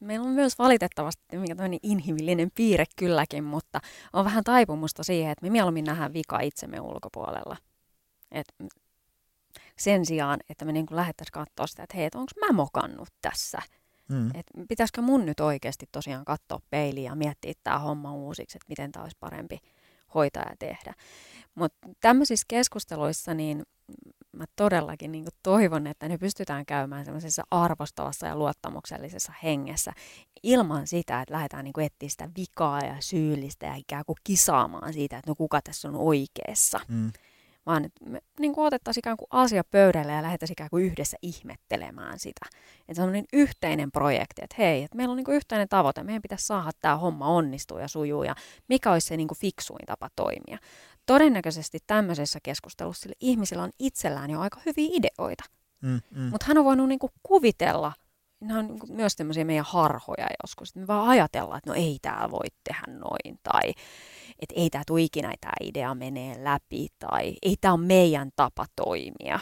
meillä on myös valitettavasti mikä tämmöinen inhimillinen piirre kylläkin, mutta on vähän taipumusta siihen, että me mieluummin nähdään vika itsemme ulkopuolella. Et sen sijaan, että me niin kuin lähdettäisiin katsoa sitä, että hei, onko mä mokannut tässä? Mm. Et pitäisikö mun nyt oikeasti tosiaan katsoa peiliin ja miettiä tämä homma uusiksi, että miten tämä olisi parempi hoitaa ja tehdä. Mutta tämmöisissä keskusteluissa niin mä todellakin niin kuin toivon, että ne pystytään käymään semmoisessa arvostavassa ja luottamuksellisessa hengessä ilman sitä, että lähdetään niin kuin etsiä sitä vikaa ja syyllistä ja ikään kuin kisaamaan siitä, että no kuka tässä on oikeassa. Mm. Vaan että me niin kuin otettaisiin ikään kuin asia pöydälle ja lähdettäisiin ikään kuin yhdessä ihmettelemään sitä. Että se on niin yhteinen projekti, että hei, että meillä on niin kuin yhteinen tavoite, meidän pitäisi saada tämä homma onnistua ja sujuu ja mikä olisi se niin kuin fiksuin tapa toimia. Todennäköisesti tämmöisessä keskustelussa sillä ihmisillä on itsellään jo aika hyviä ideoita, mm, mm. mutta hän on voinut niin kuin kuvitella, nämä on niin kuin myös tämmöisiä meidän harhoja joskus, että me vaan ajatellaan, että no ei tää voi tehdä noin tai että ei tää tule ikinä tämä idea menee läpi tai ei tämä ole meidän tapa toimia.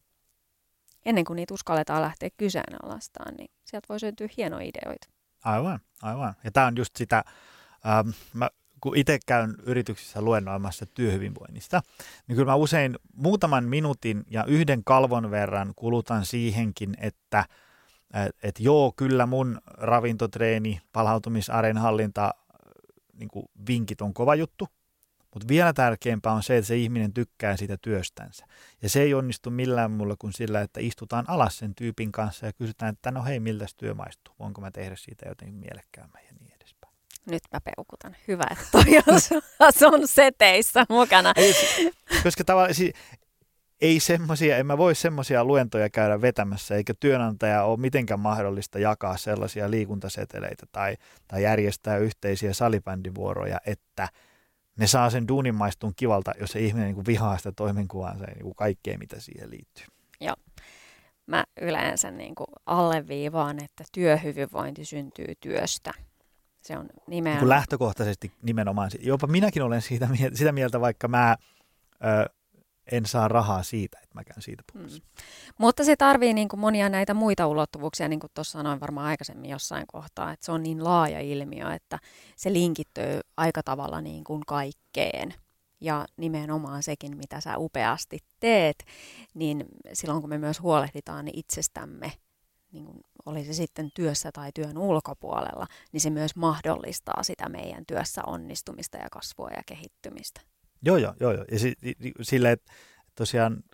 Ennen kuin niitä uskalletaan lähteä kyseenalaistaan, niin sieltä voi syntyä hienoja ideoita. Aivan, aivan. Ja tämä on just sitä, ähm, mä, kun itse käyn yrityksissä luennoimassa työhyvinvoinnista, niin kyllä mä usein muutaman minuutin ja yhden kalvon verran kulutan siihenkin, että et, et joo, kyllä mun ravintotreeni, palautumisareen hallinta, niin kuin vinkit on kova juttu, mutta vielä tärkeämpää on se, että se ihminen tykkää siitä työstänsä. Ja se ei onnistu millään muulla kuin sillä, että istutaan alas sen tyypin kanssa ja kysytään, että no hei, miltä työ maistuu, voinko mä tehdä siitä jotenkin mielekkäämmän ja niin edespäin. Nyt mä peukutan. Hyvä, että toi on sun seteissä mukana. Ei, koska tavallaan siis, ei semmoisia, en mä voi semmoisia luentoja käydä vetämässä, eikä työnantaja ole mitenkään mahdollista jakaa sellaisia liikuntaseteleitä tai, tai järjestää yhteisiä salibändivuoroja, että ne saa sen duunin maistun kivalta, jos se ihminen niin kuin vihaa sitä toimenkuvaansa ja niin kuin kaikkea, mitä siihen liittyy. Joo. Mä yleensä niin kuin alleviivaan, että työhyvinvointi syntyy työstä. Se on nimenomaan... Niin lähtökohtaisesti nimenomaan. Jopa minäkin olen siitä, sitä mieltä, vaikka mä ö, en saa rahaa siitä, että mä käyn siitä puhussa. Mm. Mutta se tarvii niin kuin monia näitä muita ulottuvuuksia, niin kuin tuossa sanoin varmaan aikaisemmin jossain kohtaa, että se on niin laaja ilmiö, että se linkittyy aika tavalla niin kuin kaikkeen. Ja nimenomaan sekin, mitä sä upeasti teet, niin silloin kun me myös huolehditaan itsestämme, niin kuin oli se sitten työssä tai työn ulkopuolella, niin se myös mahdollistaa sitä meidän työssä onnistumista ja kasvua ja kehittymistä. Joo, joo, joo. joo. Ja si- sille, että tosiaan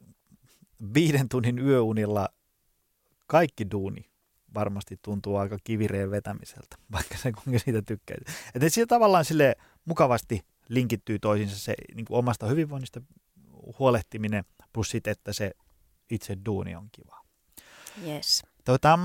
viiden tunnin yöunilla kaikki duuni varmasti tuntuu aika kivireen vetämiseltä, vaikka se kuinka siitä tykkää. Että siellä tavallaan sille mukavasti linkittyy toisiinsa se niin kuin omasta hyvinvoinnista huolehtiminen plus sitten, että se itse duuni on kiva. Yes. Tota,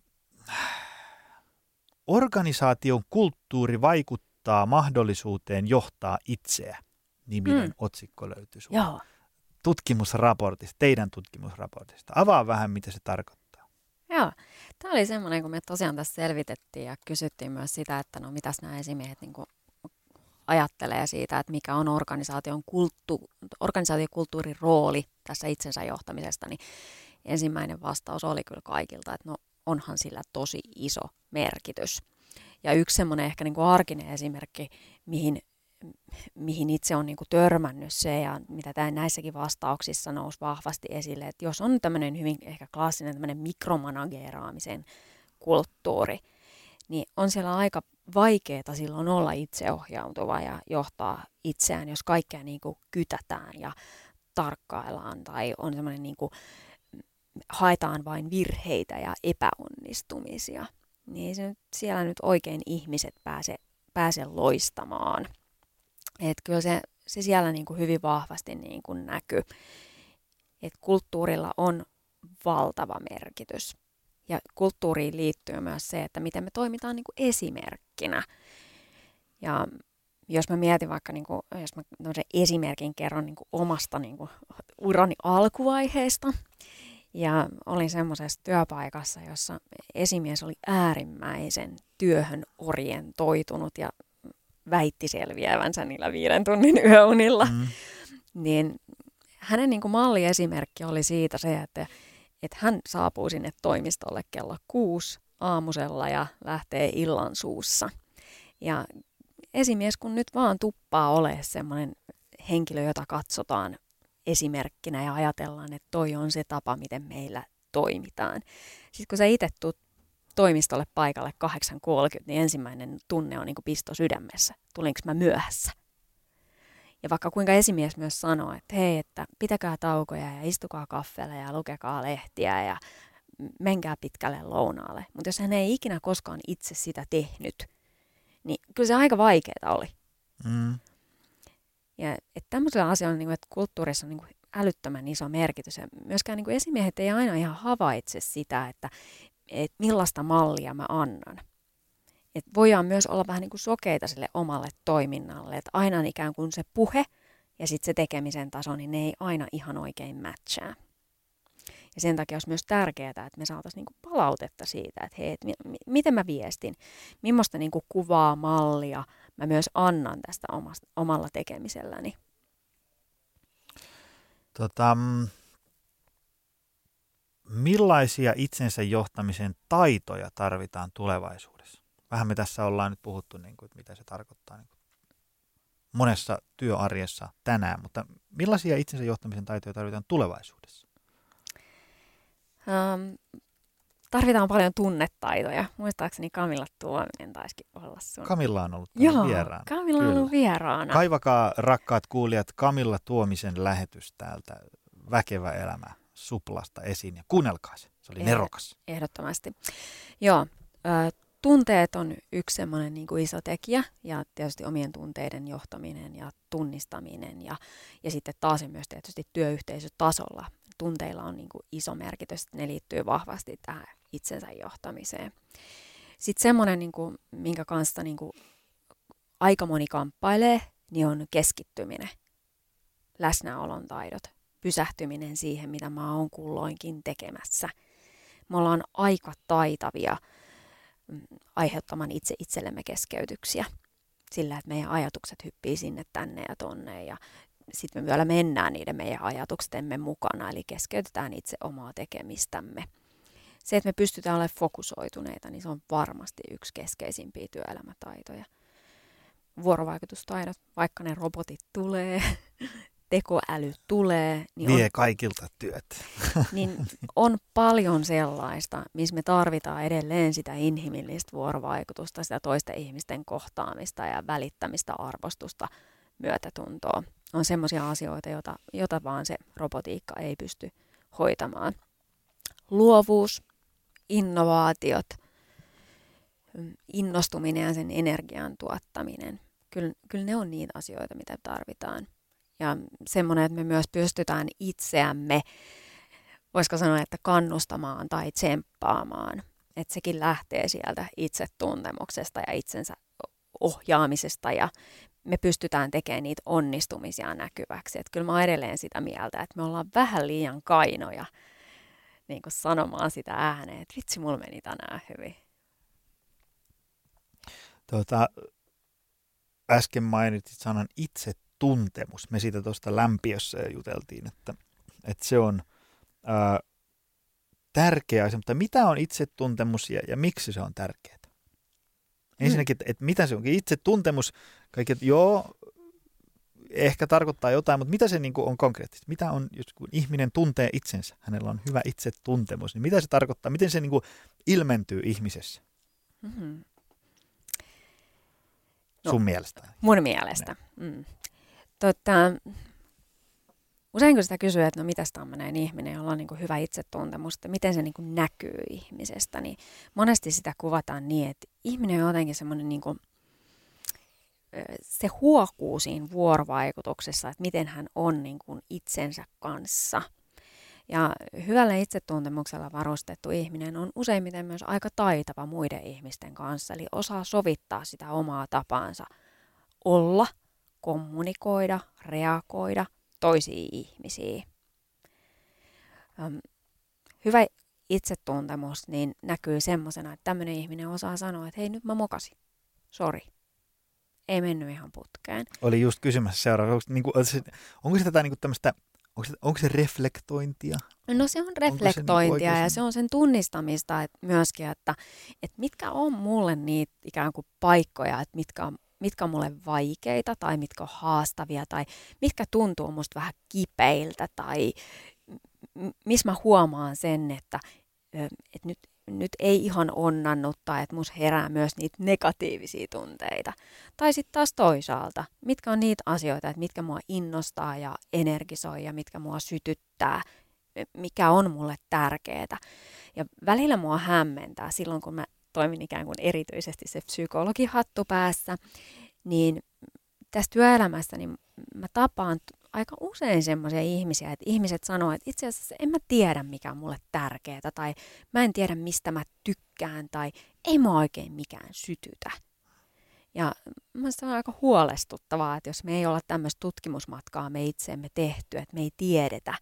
organisaation kulttuuri vaikuttaa mahdollisuuteen johtaa itseä. Niminen mm. otsikko löytyy Joo. tutkimusraportista, teidän tutkimusraportista. Avaa vähän, mitä se tarkoittaa. Joo, tämä oli semmoinen, kun me tosiaan tässä selvitettiin ja kysyttiin myös sitä, että no mitäs nämä esimiehet niin kuin ajattelee siitä, että mikä on organisaation kulttu, organisaatiokulttuurin rooli tässä itsensä johtamisesta, niin ensimmäinen vastaus oli kyllä kaikilta, että no onhan sillä tosi iso merkitys. Ja yksi semmoinen ehkä niin kuin arkinen esimerkki, mihin mihin itse on niin kuin törmännyt se ja mitä tämä näissäkin vastauksissa nousi vahvasti esille, että jos on tämmöinen hyvin ehkä klassinen tämmöinen mikromanageeraamisen kulttuuri, niin on siellä aika vaikeaa silloin olla itseohjautuva ja johtaa itseään, jos kaikkea niin kuin kytätään ja tarkkaillaan tai on semmoinen niin kuin haetaan vain virheitä ja epäonnistumisia, niin se nyt, siellä nyt oikein ihmiset pääse, pääse loistamaan. Että kyllä se, se siellä niin kuin hyvin vahvasti niin kuin näkyy, että kulttuurilla on valtava merkitys. Ja kulttuuriin liittyy myös se, että miten me toimitaan niin kuin esimerkkinä. Ja jos mä mietin vaikka, niin kuin, jos mä esimerkin kerron niin kuin omasta niin kuin urani alkuvaiheesta, ja olin semmoisessa työpaikassa, jossa esimies oli äärimmäisen työhön orientoitunut ja väitti selviävänsä niillä viiden tunnin yöunilla. Mm. Niin hänen niin kuin malliesimerkki oli siitä se, että, että hän saapuu sinne toimistolle kello kuusi, aamusella ja lähtee illan suussa. Ja esimies kun nyt vaan tuppaa olemaan semmoinen henkilö, jota katsotaan esimerkkinä ja ajatellaan, että toi on se tapa, miten meillä toimitaan. Sitten kun sä itse tuut toimistolle paikalle kahdeksan kolmekymmentä, niin ensimmäinen tunne on niin kuin pisto sydämessä. Tulinko mä myöhässä? Ja vaikka kuinka esimies myös sanoo, että hei, että pitäkää taukoja ja istukaa kaffeella ja lukekaa lehtiä ja menkää pitkälle lounaalle. Mutta jos hän ei ikinä koskaan itse sitä tehnyt, niin kyllä se aika vaikeaa oli. Mm. Ja että tämmöisellä asialla, niin kuin, että kulttuurissa on niin kuin älyttömän iso merkitys. Ja myöskään niin kuin esimiehet ei aina ihan havaitse sitä, että, että millaista mallia mä annan. Et voidaan myös olla vähän niin kuin sokeita sille omalle toiminnalle. Että aina ikään kuin se puhe ja sitten se tekemisen taso, niin ne ei aina ihan oikein matchaa. Ja sen takia olisi myös tärkeää, että me saataisiin niinku palautetta siitä, että hei, et mi- mi- miten mä viestin, millaista niinku kuvaa, mallia mä myös annan tästä omasta, omalla tekemiselläni. Tota, millaisia itsensä johtamisen taitoja tarvitaan tulevaisuudessa? Vähän me tässä ollaan nyt puhuttu, niin kuin, että mitä se tarkoittaa niin kuin monessa työarjessa tänään, mutta millaisia itsensä johtamisen taitoja tarvitaan tulevaisuudessa? Um, tarvitaan paljon tunnetaitoja. Muistaakseni Camilla Tuominen taisikin olla sun. Camilla on ollut Joo, vieraana. Camilla on ollut vieraana. Kaivakaa, rakkaat kuulijat, Camilla Tuomisen lähetys täältä Väkevä elämä Suplasta esiin ja kuunnelkaa se. Se oli Eh- nerokas. Ehdottomasti. Joo, ö, tunteet on yksi semmoinen niin kuin iso tekijä ja tietysti omien tunteiden johtaminen ja tunnistaminen ja, ja sitten taas myös tietysti työyhteisötasolla. Tunteilla on niin kuin iso merkitys, ne liittyy vahvasti tähän itsensä johtamiseen. Sitten semmoinen, niin kuin, minkä kanssa niin kuin aika moni kamppailee, niin on keskittyminen, läsnäolon taidot, pysähtyminen siihen, mitä mä oon kulloinkin tekemässä. Me ollaan aika taitavia aiheuttamaan itse itsellemme keskeytyksiä sillä, että meidän ajatukset hyppii sinne, tänne ja tonne ja sitten me vielä mennään niiden meidän ajatuksemme mukana, eli keskeytetään itse omaa tekemistämme. Se, että me pystytään olemaan fokusoituneita, niin se on varmasti yksi keskeisimpiä työelämätaitoja. Vuorovaikutustaidot, vaikka ne robotit tulee, tekoäly tulee, niin Vie on, kaikilta työt. niin on paljon sellaista, missä me tarvitaan edelleen sitä inhimillistä vuorovaikutusta, sitä toisten ihmisten kohtaamista ja välittämistä, arvostusta, myötätuntoa. On semmoisia asioita, jota, jota vaan se robotiikka ei pysty hoitamaan. Luovuus, innovaatiot, innostuminen ja sen energian tuottaminen. Kyllä, kyllä ne on niitä asioita, mitä tarvitaan. Ja semmoinen, että me myös pystytään itseämme, voisiko sanoa, että kannustamaan tai tsemppaamaan. Että sekin lähtee sieltä itsetuntemuksesta ja itsensä ohjaamisesta ja me pystytään tekemään niitä onnistumisia näkyväksi. Että kyllä mä oon edelleen sitä mieltä, että me ollaan vähän liian kainoja niin kuin sanomaan sitä ääneen, että vitsi, mulla meni tänään hyvin. Tuota, äsken mainitsit sanan itsetuntemus. Me siitä tuosta lämpiössä juteltiin, että, että se on ää, tärkeä asia. Mutta mitä on itsetuntemus ja, ja miksi se on tärkeää? Ensinnäkin, että, että mitä se onkin itsetuntemus, kaikki, että joo, ehkä tarkoittaa jotain, mutta mitä se niin kuin on konkreettisesti? Mitä on, jos kun ihminen tuntee itsensä, hänellä on hyvä itsetuntemus, niin mitä se tarkoittaa? Miten se niin kuin ilmentyy ihmisessä? Mm-hmm. Sun no, mielestä? Mun mielestä. Mm. Tota, usein kun sitä kysyy, että no mitäs tämmöinen ihminen, jolla on niin kuin hyvä itsetuntemus, että miten se niin kuin näkyy ihmisestä, niin monesti sitä kuvataan niin, että ihminen on jotenkin semmoinen, niin kuin, se huokuu siinä vuorovaikutuksessa, että miten hän on niin kuin itsensä kanssa. Ja hyvällä itsetuntemuksella varustettu ihminen on useimmiten myös aika taitava muiden ihmisten kanssa, eli osaa sovittaa sitä omaa tapaansa olla, kommunikoida, reagoida toisiin ihmisiin. Hyvä itsetuntemus niin näkyy semmoisena, että tämmöinen ihminen osaa sanoa, että hei, nyt mä mokasin, sori. Ei mennyt ihan putkeen. Oli just kysymässä seuraavaksi, onko, niin kuin, onko se tätä niin kuin tämmöistä, onko se, onko se reflektointia? No se on reflektointia se niin ja se on sen tunnistamista että myöskin, että, että mitkä on mulle niitä ikään kuin paikkoja, että mitkä on, mitkä on mulle vaikeita tai mitkä on haastavia tai mitkä tuntuu musta vähän kipeiltä tai missä mä huomaan sen, että, että nyt, nyt ei ihan onnannut tai että musta herää myös niitä negatiivisia tunteita. Tai sitten taas toisaalta, mitkä on niitä asioita, että mitkä mua innostaa ja energisoi ja mitkä mua sytyttää, mikä on mulle tärkeää. Ja välillä mua hämmentää silloin, kun mä toimin ikään kuin erityisesti se psykologihattu päässä, niin tässä työelämässä niin mä tapaan aika usein semmoisia ihmisiä, että ihmiset sanoo, että itse asiassa en mä tiedä, mikä on mulle tärkeää, tai mä en tiedä, mistä mä tykkään, tai ei mua oikein mikään sytytä. Ja mielestäni on aika huolestuttavaa, että jos me ei olla tämmöistä tutkimusmatkaa me itseemme tehty, että me ei tiedetä,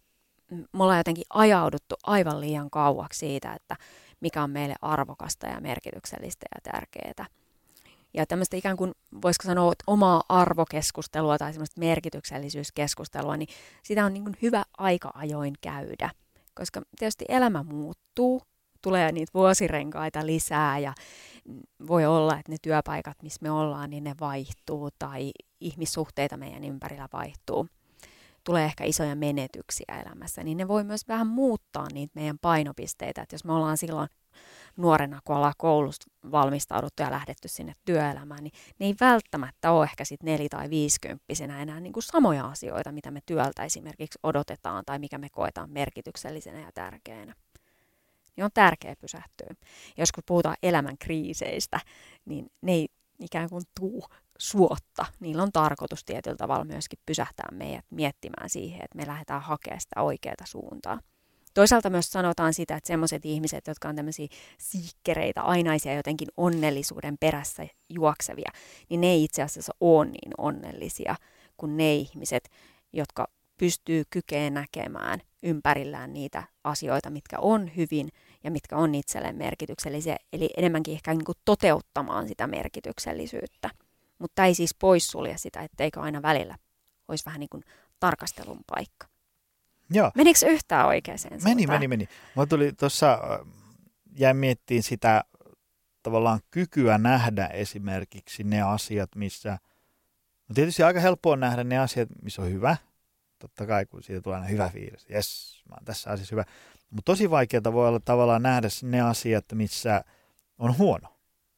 me ollaan jotenkin ajauduttu aivan liian kauaksi siitä, että mikä on meille arvokasta ja merkityksellistä ja tärkeää. Ja tämmöistä ikään kuin, voisiko sanoa, että omaa arvokeskustelua tai semmoista merkityksellisyyskeskustelua, niin sitä on niin kuin hyvä aika ajoin käydä. Koska tietysti elämä muuttuu, tulee niitä vuosirenkaita lisää ja voi olla, että ne työpaikat, missä me ollaan, niin ne vaihtuu tai ihmissuhteita meidän ympärillä vaihtuu. Tulee ehkä isoja menetyksiä elämässä, niin ne voi myös vähän muuttaa niitä meidän painopisteitä. Että jos me ollaan silloin nuorena, kun ollaan koulusta valmistauduttu ja lähdetty sinne työelämään, niin ne ei välttämättä ole ehkä sitten neli- tai viisikymppisenä enää niin kuin samoja asioita, mitä me työltä esimerkiksi odotetaan tai mikä me koetaan merkityksellisenä ja tärkeänä. Niin on tärkeää pysähtyä. Ja jos kun puhutaan elämän kriiseistä, niin ne ei ikään kuin tuu suotta. Niillä on tarkoitus tietyllä tavalla myöskin pysähtää meidät miettimään siihen, että me lähdetään hakemaan sitä oikeaa suuntaa. Toisaalta myös sanotaan sitä, että sellaiset ihmiset, jotka on tämmöisiä siikkereitä, ainaisia jotenkin onnellisuuden perässä juoksevia, niin ne ei itse asiassa ole niin onnellisia kuin ne ihmiset, jotka pystyy kykeen näkemään ympärillään niitä asioita, mitkä on hyvin ja mitkä on itselleen merkityksellisiä, eli enemmänkin ehkä niin kuin toteuttamaan sitä merkityksellisyyttä. Mutta ei siis poissulje sitä, etteikö aina välillä olisi vähän niin kuin tarkastelun paikka. Joo. Menikö yhtään oikeaan suuntaan? Meni, meni, meni. Mä tuli tuossa, jäin miettimään sitä tavallaan kykyä nähdä esimerkiksi ne asiat, missä, no tietysti aika helppoa nähdä ne asiat, missä on hyvä. Totta kai, kun siitä tulee aina hyvä fiilis. Jes, mä oon tässä asiassa hyvä. Mutta tosi vaikeaa voi olla tavallaan nähdä ne asiat, missä on huono.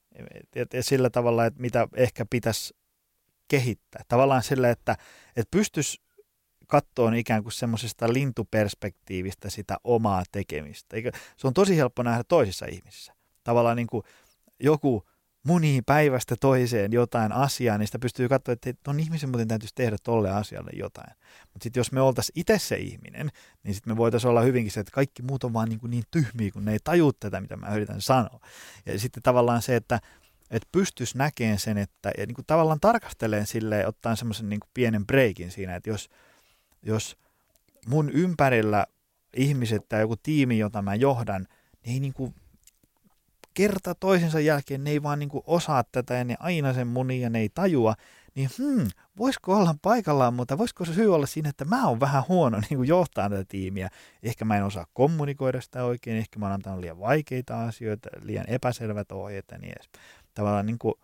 Ja sillä tavalla, että mitä ehkä pitäisi kehittää. Tavallaan sillä, että, että pystyisi katsoa ikään kuin semmoisesta lintuperspektiivistä sitä omaa tekemistä. Eikä, se on tosi helppo nähdä toisissa ihmisissä. Tavallaan niin kuin joku munii päivästä toiseen jotain asiaa, niin sitä pystyy katsoa, että tuon ihmisen muuten täytyisi tehdä tolle asialle jotain. Mutta sitten jos me oltaisiin itse se ihminen, niin sitten me voitaisiin olla hyvinkin se, että kaikki muut on vaan niin, kuin niin tyhmiä, kun ne ei tajua tätä, mitä mä yritän sanoa. Ja sitten tavallaan se, että että pystyisi näkemään sen, että ja niin kuin tavallaan tarkasteleen silleen, ottaen semmoisen niin kuin pienen breikin siinä, että jos, jos mun ympärillä ihmiset tai joku tiimi, jota mä johdan, niin ei niin kuin kerta toisensa jälkeen, ne ei vaan niin kuin osaa tätä ja ne aina sen munii ja ne ei tajua, niin hmm, voisiko olla paikallaan, mutta voisiko se syy olla siinä, että mä oon vähän huono niin kuin johtaa tätä tiimiä. Ehkä mä en osaa kommunikoida sitä oikein, ehkä mä oon antanut liian vaikeita asioita, liian epäselvät ohjeet ja niin edes. Tavallaan niin kuin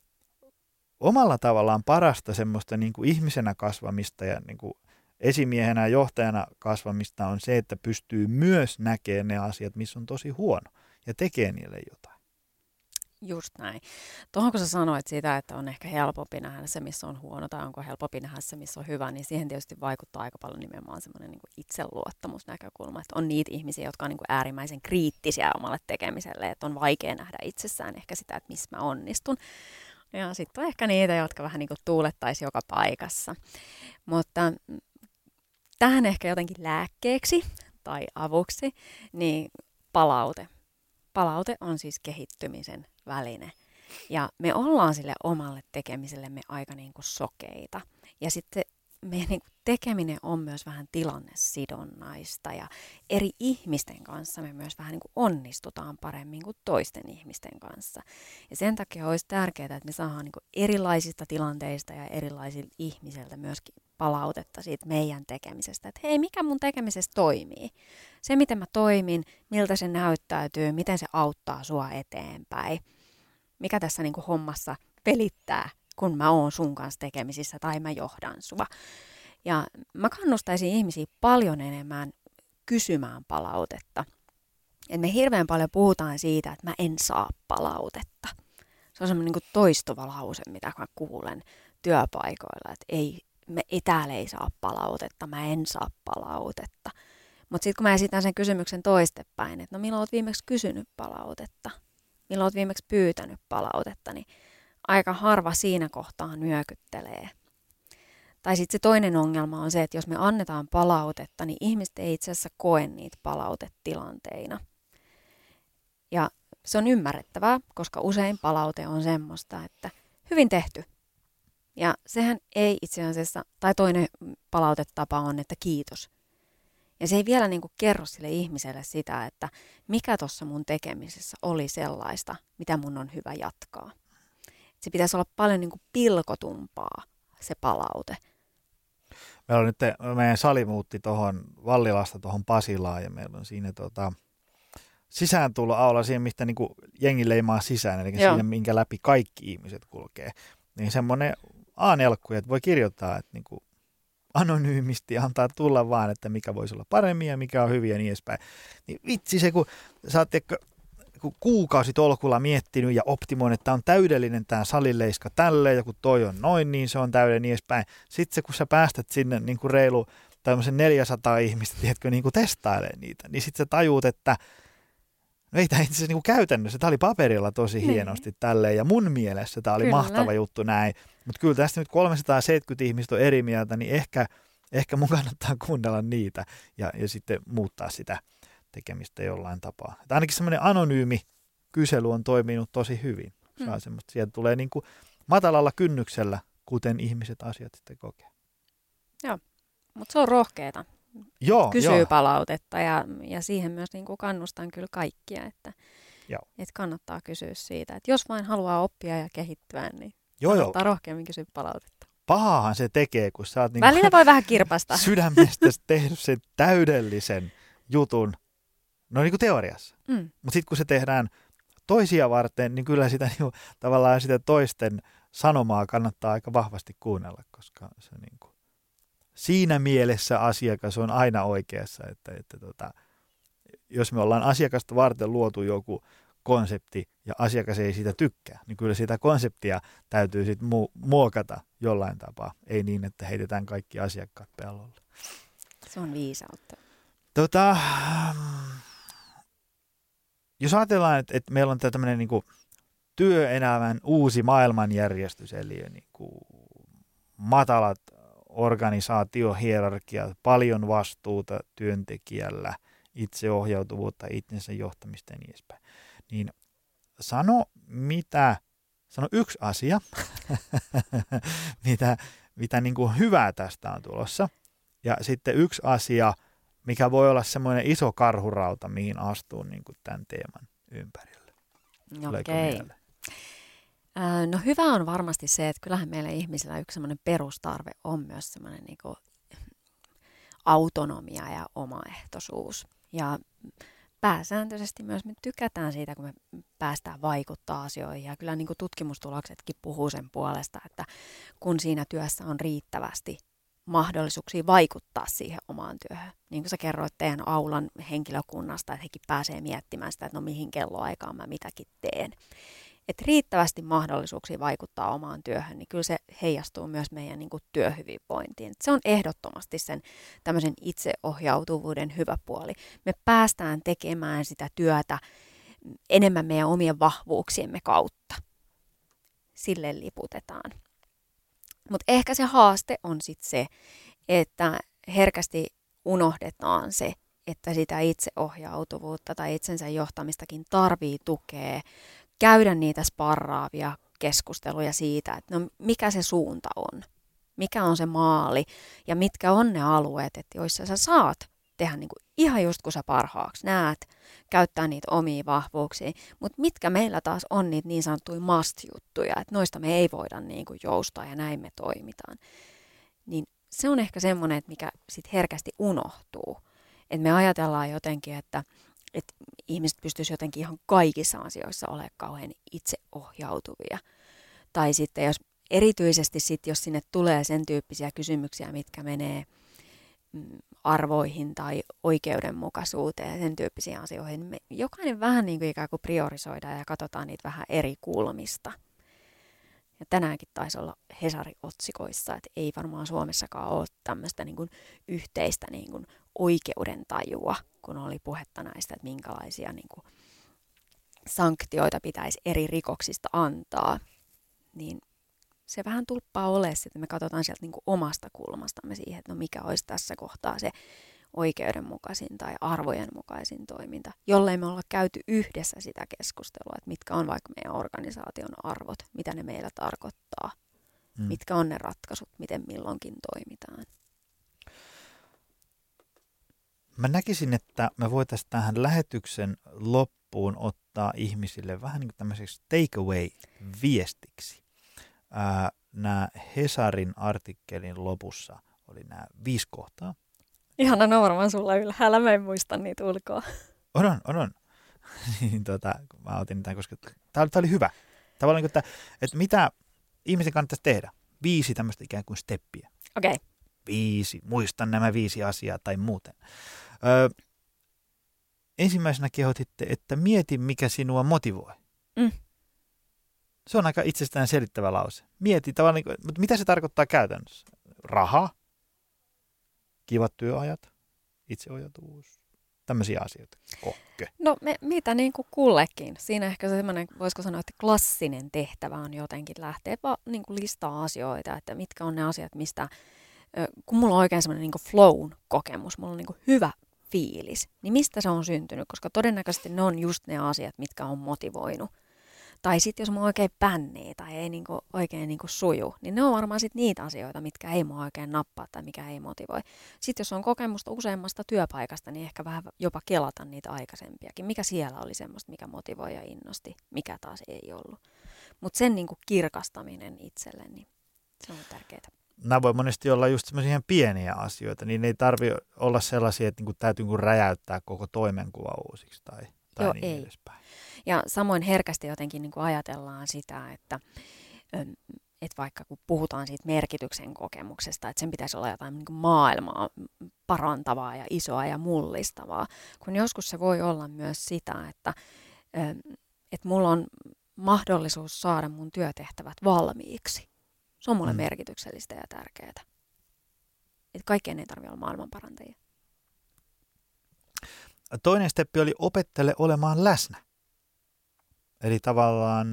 omalla tavallaan parasta semmoista niin kuin ihmisenä kasvamista ja niin kuin esimiehenä ja johtajana kasvamista on se, että pystyy myös näkemään ne asiat, missä on tosi huono ja tekee niille jotain. Just näin. Tuohon kun sä sanoit siitä, että on ehkä helpompi nähdä se, missä on huono, tai onko helpompi nähdä se, missä on hyvä, niin siihen tietysti vaikuttaa aika paljon nimenomaan semmoinen niin kuin itseluottamusnäkökulma. Että on niitä ihmisiä, jotka on niin kuin äärimmäisen kriittisiä omalle tekemiselle, että on vaikea nähdä itsessään ehkä sitä, että missä mä onnistun. Ja sitten on ehkä niitä, jotka vähän niin kuin tuulettaisi joka paikassa. Mutta tähän ehkä jotenkin lääkkeeksi tai avuksi, niin palaute. Palaute on siis kehittymisen väline. Ja me ollaan sille omalle tekemisellemme aika niin kuin sokeita. Ja sitten meidän niin kuin tekeminen on myös vähän tilannesidonnaista ja eri ihmisten kanssa me myös vähän niin kuin onnistutaan paremmin kuin toisten ihmisten kanssa. Ja sen takia olisi tärkeää, että me saadaan niin kuin erilaisista tilanteista ja erilaisilta ihmisiltä myöskin palautetta siitä meidän tekemisestä. Että hei, mikä mun tekemisessä toimii? Se, miten mä toimin, miltä se näyttäytyy, miten se auttaa sua eteenpäin. Mikä tässä niin kuin hommassa pelittää, kun mä oon sun kanssa tekemisissä tai mä johdan sua. Ja mä kannustaisin ihmisiä paljon enemmän kysymään palautetta. Et me hirveän paljon puhutaan siitä, että mä en saa palautetta. Se on semmoinen niin kuin toistuva lause, mitä mä kuulen työpaikoilla, että ei, me, ei, täällä ei saa palautetta, mä en saa palautetta. Mutta sitten kun mä esitän sen kysymyksen toistepäin, että no milloin oot viimeksi kysynyt palautetta, milloin oot viimeksi pyytänyt palautetta, niin aika harva siinä kohtaa nyökyttelee. Tai sitten se toinen ongelma on se, että jos me annetaan palautetta, niin ihmiset ei itse asiassa koe niitä palautetilanteina. Ja se on ymmärrettävää, koska usein palaute on semmoista, että hyvin tehty. Ja sehän ei itse asiassa, tai toinen palautetapa on, että kiitos. Ja se ei vielä niin kuin kerro sille ihmiselle sitä, että mikä tuossa mun tekemisessä oli sellaista, mitä mun on hyvä jatkaa. Se pitäisi olla paljon niin kuin pilkotumpaa, se palaute. Meillä on nyt, meidän sali muutti tuohon Vallilasta tuohon Pasilaan ja meillä on siinä tota, sisääntuloaula siihen, mistä niin kuin jengi leimaa sisään, eli Joo. siinä, minkä läpi kaikki ihmiset kulkee. Niin semmoinen A neljä, että voi kirjoittaa, että niin kuin anonyymisti antaa tulla vaan, että mikä voisi olla paremmin ja mikä on hyvin ja niin edespäin. Niin vitsi se, kun sä oot kuukausitolkulla miettinyt ja optimoinut, että tämä on täydellinen tämä salileiska tälleen, ja kun toi on noin, niin se on täydellinen niin edespäin. Sitten se, kun sä päästät sinne niin kuin reilu tämmöisen neljäsataa ihmistä, tiedätkö, niin kuin testailemaan niitä, niin sitten sä tajuut, että no ei tämä itse asiassa niin kuin käytännössä, tämä oli paperilla tosi niin. hienosti tälleen, ja mun mielestä tämä oli kyllä. mahtava juttu näin, mutta kyllä tästä nyt kolmesataaseitsemänkymmentä ihmistä on eri mieltä, niin ehkä, ehkä mun kannattaa kuunnella niitä ja, ja sitten muuttaa sitä tekemistä jollain tapaa. Että ainakin semmoinen anonyymi kysely on toiminut tosi hyvin. Saa mm. sieltä tulee niin kuin matalalla kynnyksellä, kuten ihmiset asiat sitten kokee. Joo, mutta se on rohkeeta. Joo, Kysyy jo. palautetta ja, ja siihen myös niin kuin kannustan kyllä kaikkia, että, että kannattaa kysyä siitä. Että jos vain haluaa oppia ja kehittyä, niin joo, kannattaa jo. rohkeammin kysyä palautetta. Pahahan se tekee, kun sä oot niin välillä voi vähän kirpasta. sydämestä tehnyt sen täydellisen jutun. No niin kuin teoriassa. Mm. Mutta sitten kun se tehdään toisia varten, niin kyllä sitä niin, tavallaan sitä toisten sanomaa kannattaa aika vahvasti kuunnella, koska se niin kuin, siinä mielessä asiakas on aina oikeassa, että, että tota, jos me ollaan asiakasta varten luotu joku konsepti ja asiakas ei siitä tykkää, niin kyllä sitä konseptia täytyy sitten mu- muokata jollain tapaa. Ei niin, että heitetään kaikki asiakkaat pellolle. Se on viisautta. Tota... Jos ajatellaan, että, että meillä on tämmöinen niin kuin työelämän uusi maailmanjärjestys, eli niin kuin matalat organisaatiohierarkiat, paljon vastuuta työntekijällä, itseohjautuvuutta, itsensä johtamista ja niin edespäin, niin sano, mitä, sano yksi asia, mitä, mitä niin kuin hyvää tästä on tulossa, ja sitten yksi asia, mikä voi olla semmoinen iso karhurauta, mihin astuu niin kuin tämän teeman ympärille. Okei. Okay. No hyvä on varmasti se, että kyllähän meillä ihmisillä yksi semmoinen perustarve on myös semmoinen niin kuin autonomia ja omaehtoisuus. Ja pääsääntöisesti myös me tykätään siitä, kun me päästään vaikuttaa asioihin. Ja kyllä niin kuin tutkimustuloksetkin puhuu sen puolesta, että kun siinä työssä on riittävästi mahdollisuuksia vaikuttaa siihen omaan työhön. Niin kuin sä kerroit teidän aulan henkilökunnasta, että hekin pääsee miettimään sitä, että no mihin kelloaikaan mä mitäkin teen. Että riittävästi mahdollisuuksia vaikuttaa omaan työhön, niin kyllä se heijastuu myös meidän niin kuin työhyvinvointiin. Et se on ehdottomasti sen tämmöisen itseohjautuvuuden hyvä puoli. Me päästään tekemään sitä työtä enemmän meidän omien vahvuuksiemme kautta. Sille liputetaan. Mutta ehkä se haaste on sitten se, että herkästi unohdetaan se, että sitä itseohjautuvuutta tai itsensä johtamistakin tarvii tukea, käydä niitä sparraavia keskusteluja siitä, että no mikä se suunta on. Mikä on se maali ja mitkä on ne alueet, että joissa sä saat tehdä niin kuin ihan just kun sä parhaaksi näet, käyttää niitä omia vahvuuksia, mutta mitkä meillä taas on niitä niin sanottuja must-juttuja, että noista me ei voida niin kuin joustaa ja näin me toimitaan. Niin se on ehkä semmoinen, että mikä sit herkästi unohtuu. Että me ajatellaan jotenkin, että, että ihmiset pystyisivät jotenkin ihan kaikissa asioissa olemaan kauhean itseohjautuvia. Tai sitten jos erityisesti sit, jos sinne tulee sen tyyppisiä kysymyksiä, mitkä menee arvoihin tai oikeudenmukaisuuteen ja sen tyyppisiin asioihin, me jokainen vähän niin kuin ikään kuin priorisoidaan ja katsotaan niitä vähän eri kulmista. Ja tänäänkin taisi olla Hesari-otsikoissa, että ei varmaan Suomessakaan ole tämmöistä niin kuin yhteistä niin kuin oikeudentajua, kun oli puhetta näistä, että minkälaisia niin kuin sanktioita pitäisi eri rikoksista antaa, niin se vähän tulppaa olemaan, että me katsotaan sieltä niin kuin omasta kulmastamme siihen, että no mikä olisi tässä kohtaa se oikeudenmukaisin tai arvojen mukaisin toiminta, jollei me olla käyty yhdessä sitä keskustelua, että mitkä on vaikka meidän organisaation arvot, mitä ne meillä tarkoittaa, mm. mitkä on ne ratkaisut, miten milloinkin toimitaan. Mä näkisin, että me voitaisiin tähän lähetyksen loppuun ottaa ihmisille vähän niin kuin tämmöiseksi takeaway-viestiksi. Ää, nämä Hesarin artikkelin lopussa oli nämä viisi kohtaa. Ihana, no varmaan sulla ylhäällä, mä en muista niitä ulkoa. On, on, on. on. niin, tota, mä otin tämän, koska tämä oli hyvä. Tavallaan, että, että mitä ihmisen kannattaisi tehdä. Viisi tämmöistä ikään kuin steppiä. Okei. Okay. Viisi, muistan nämä viisi asiaa tai muuten. Öö, ensimmäisenä kehotitte, että mieti, mikä sinua motivoi. Mm. Se on aika itsestään selittävä lause. Mieti tavallaan, mutta mitä se tarkoittaa käytännössä? Raha, kivat työajat, itseohjautuvuus, tämmöisiä asioita. Kokke. No me, mitä niin kuin kullekin. Siinä ehkä semmoinen, voisiko sanoa, että klassinen tehtävä on jotenkin lähteä vaan niin kuin listaa asioita, että mitkä on ne asiat, mistä, kun mulla on oikein semmoinen niin kuin flown kokemus, mulla on niin kuin hyvä fiilis, niin mistä se on syntynyt, koska todennäköisesti ne on just ne asiat, mitkä on motivoinut. Tai sitten jos mua oikein pännii tai ei niinku oikein niinku suju, niin ne on varmaan sitten niitä asioita, mitkä ei mua oikein nappaa tai mikä ei motivoi. Sitten jos on kokemusta useammasta työpaikasta, niin ehkä vähän jopa kelata niitä aikaisempiakin. Mikä siellä oli semmoista, mikä motivoi ja innosti, mikä taas ei ollut. Mutta sen niinku kirkastaminen itselle, niin se on tärkeää. Nämä voi monesti olla just semmoisia pieniä asioita, niin ei tarvitse olla sellaisia, että niinku täytyy niinku räjäyttää koko toimenkuva uusiksi tai, tai Joo, niin ei. edespäin. Ja samoin herkästi jotenkin niin kuin ajatellaan sitä, että, että vaikka kun puhutaan siitä merkityksen kokemuksesta, että sen pitäisi olla jotain niin kuin maailmaa parantavaa ja isoa ja mullistavaa, kun joskus se voi olla myös sitä, että, että mulla on mahdollisuus saada mun työtehtävät valmiiksi. Se on mulle mm. merkityksellistä ja tärkeää. Että kaikkien ei tarvitse olla maailmanparantajia. Toinen steppi oli opettele olemaan läsnä. Eli tavallaan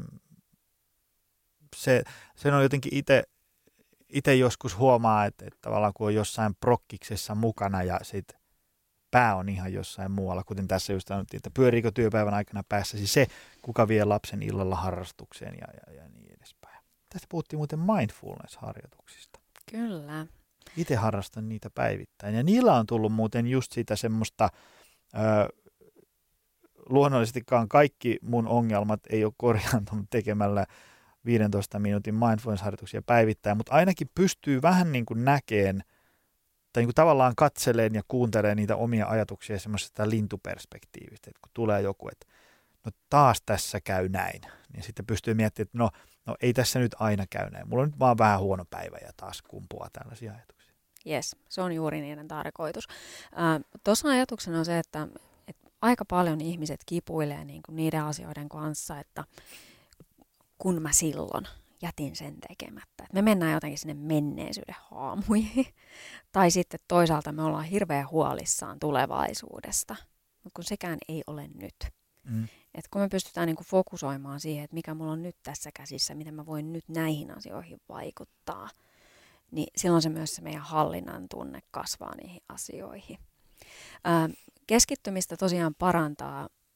se, sen on jotenkin itse joskus huomaa, että, että tavallaan kun on jossain prokkiksessa mukana ja sit pää on ihan jossain muualla, kuten tässä just sanottiin, että pyöriikö työpäivän aikana päässäsi se, kuka vie lapsen illalla harrastukseen ja, ja, ja niin edespäin. Tästä puhuttiin muuten mindfulness-harjoituksista. Kyllä. Itse harrastan niitä päivittäin ja niillä on tullut muuten just sitä semmoista... Öö, luonnollisestikaan kaikki mun ongelmat ei ole korjaantunut tekemällä viidentoista minuutin mindfulness-harjoituksia päivittäin, mutta ainakin pystyy vähän niin kuin näkeen tai niin kuin tavallaan katseleen ja kuuntelee niitä omia ajatuksia semmoisesta lintuperspektiivistä, että kun tulee joku, että no taas tässä käy näin, niin sitten pystyy miettimään, että no, no ei tässä nyt aina käy näin, mulla on nyt vaan vähän huono päivä ja taas kumpuaa tällaisia ajatuksia. Jes, se on juuri niiden tarkoitus. Äh, Tuossa ajatuksena on se, että aika paljon ihmiset kipuilee niin kuin niiden asioiden kanssa, että kun mä silloin jätin sen tekemättä. Et me mennään jotenkin sinne menneisyyden haamuihin. Tai sitten toisaalta me ollaan hirveän huolissaan tulevaisuudesta, mutta kun sekään ei ole nyt. Mm. Et kun me pystytään niin kuin fokusoimaan siihen, että mikä mulla on nyt tässä käsissä, miten mä voin nyt näihin asioihin vaikuttaa, niin silloin se myös se meidän hallinnan tunne kasvaa niihin asioihin. Ää, keskittymistä tosiaan parantaa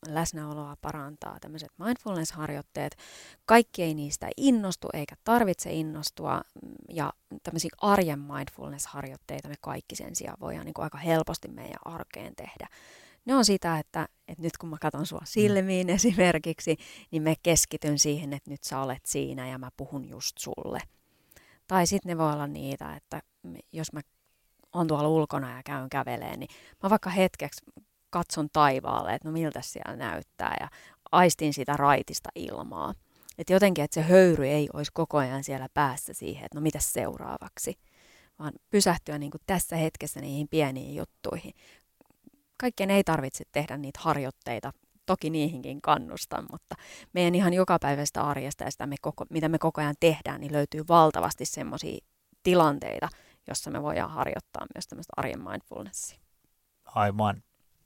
läsnäoloa parantaa tämmöiset mindfulness-harjoitteet. Kaikki ei niistä innostu eikä tarvitse innostua, ja tämmöisiä arjen mindfulness-harjoitteita me kaikki sen sijaan voidaan niin kuin aika helposti meidän arkeen tehdä. Ne on sitä, että, että nyt kun mä katson sua silmiin mm. esimerkiksi, niin mä keskityn siihen, että nyt sä olet siinä ja mä puhun just sulle. Tai sitten ne voi olla niitä, että jos mä oon tuolla ulkona ja käyn käveleen, niin mä vaikka hetkeksi katson taivaalle, että no miltä siellä näyttää ja aistin sitä raitista ilmaa. Että jotenkin, että se höyry ei olisi koko ajan siellä päässä siihen, että no mitäs seuraavaksi, vaan pysähtyä niin kuin tässä hetkessä niihin pieniin juttuihin. Kaikkien ei tarvitse tehdä niitä harjoitteita, toki niihinkin kannustan, mutta meidän ihan jokapäiväistä arjesta ja sitä, me koko, mitä me koko ajan tehdään, niin löytyy valtavasti semmoisia tilanteita, jossa me voidaan harjoittaa myös tämmöistä arjen mindfulnessia. Aivan.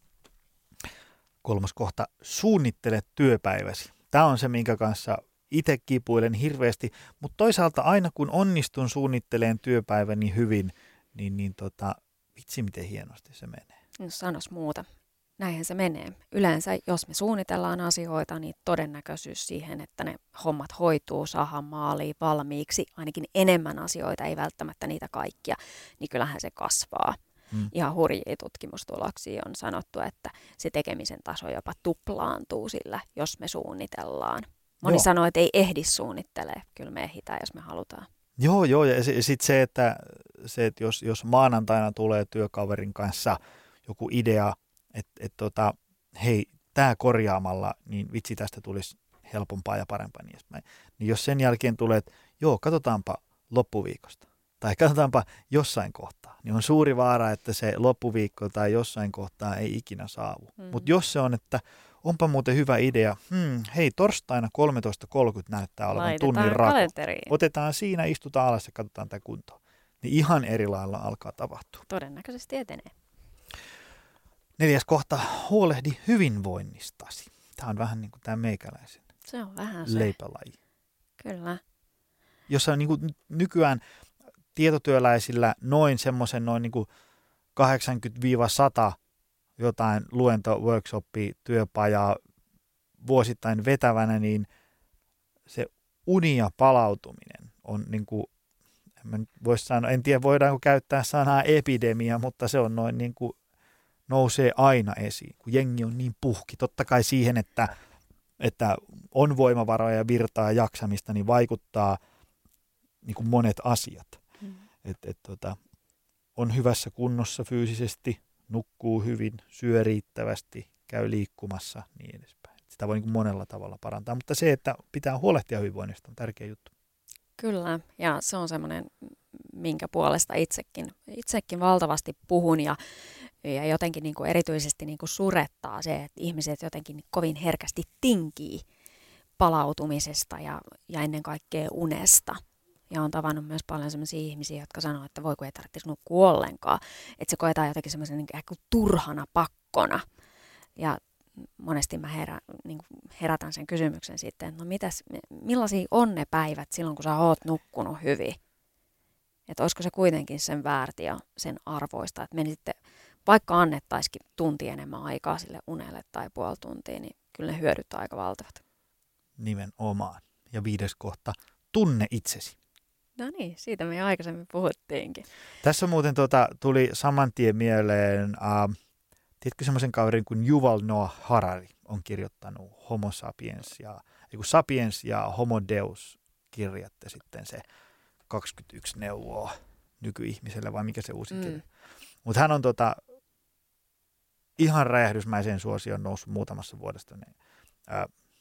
Kolmas kohta, suunnittele työpäiväsi. Tämä on se, minkä kanssa itse kipuilen hirveästi, mutta toisaalta aina kun onnistun suunnittelemaan työpäiväni hyvin, niin, niin tota, vitsi miten hienosti se menee. No sanos muuta. Näinhän se menee. Yleensä, jos me suunnitellaan asioita, niin todennäköisyys siihen, että ne hommat hoituu, saadaan maaliin valmiiksi, ainakin enemmän asioita, ei välttämättä niitä kaikkia, niin kyllähän se kasvaa. Hmm. Ihan hurjia tutkimustuloksia on sanottu, että se tekemisen taso jopa tuplaantuu sillä, jos me suunnitellaan. Moni joo. sanoo, että ei ehdi suunnittelee. Kyllä me ehditään, jos me halutaan. Joo, joo. Ja sitten se, että, se, että jos, jos maanantaina tulee työkaverin kanssa joku idea, että et tota, hei, tämä korjaamalla, niin vitsi tästä tulisi helpompaa ja parempaa. Niin, niin jos sen jälkeen tulee, että joo, katsotaanpa loppuviikosta. Tai katsotaanpa jossain kohtaa, niin on suuri vaara, että se loppuviikko tai jossain kohtaa ei ikinä saavu. Mm. Mutta jos se on, että onpa muuten hyvä idea, hmm, hei torstaina kolmetoista kolmekymmentä näyttää olevan laitetaan tunnin rako. Kalenteriin. Otetaan siinä, istutaan alas ja katsotaan tämä kuntoon. Niin ihan eri lailla alkaa tapahtua. Todennäköisesti etenee. Neljäs kohta, huolehdi hyvinvoinnistasi. Tämä on vähän niin kuin tämä meikäläisen se on vähän se. leipälaji. Kyllä. Jossa on niin kuin nykyään tietotyöläisillä noin semmoisen noin niin kuin kahdeksankymmentä sata jotain luento, workshopia, työpajaa vuosittain vetävänä, niin se uni ja palautuminen on niin kuin, en, vois sanoa, en tiedä voidaanko käyttää sanaa epidemia, mutta se on noin niin kuin nousee aina esiin, kun jengi on niin puhki. Totta kai siihen, että, että on voimavaroja ja virtaa ja jaksamista, niin vaikuttaa niin kuin monet asiat. Mm. Et, et, tota, on hyvässä kunnossa fyysisesti, nukkuu hyvin, syö riittävästi, käy liikkumassa, niin edespäin. Sitä voi niin kuin monella tavalla parantaa, mutta se, että pitää huolehtia hyvinvoinnista, on tärkeä juttu. Kyllä, ja se on semmoinen, minkä puolesta itsekin, itsekin valtavasti puhun, ja, ja jotenkin niin kuin erityisesti niin kuin surettaa se, että ihmiset jotenkin kovin herkästi tinkii palautumisesta ja, ja ennen kaikkea unesta. Ja on tavannut myös paljon sellaisia ihmisiä, jotka sanoo, että voi kun ei tarvitsisi nukkua ollenkaan. Että se koetaan jotenkin semmoisen niin kuin turhana pakkona. Ja monesti mä herä, niin kuin herätän sen kysymyksen sitten, että no mitäs, millaisia on ne päivät silloin, kun sä oot nukkunut hyvin? Että olisiko se kuitenkin sen väärti ja sen arvoista, että meni sitten, vaikka annettaisikin tunti enemmän aikaa sille unelle tai puoli tuntia, niin kyllä ne hyödyt on aika valtavat. Nimenomaan. Ja viides kohta, tunne itsesi. No niin, siitä me aikaisemmin puhuttiinkin. Tässä muuten tuota, tuli saman tien mieleen, äh, tiedätkö semmoisen kaverin kuin Yuval Noah Harari on kirjoittanut Homo sapiens ja, sapiens ja Homo Deus -kirjat ja sitten se kaksikymmentäyksi neuvoa nykyihmiselle, vai mikä se uusi mm. kirja. Mutta hän on tota, ihan räjähdysmäiseen suosioon noussut muutamassa vuodesta. Niin, äh,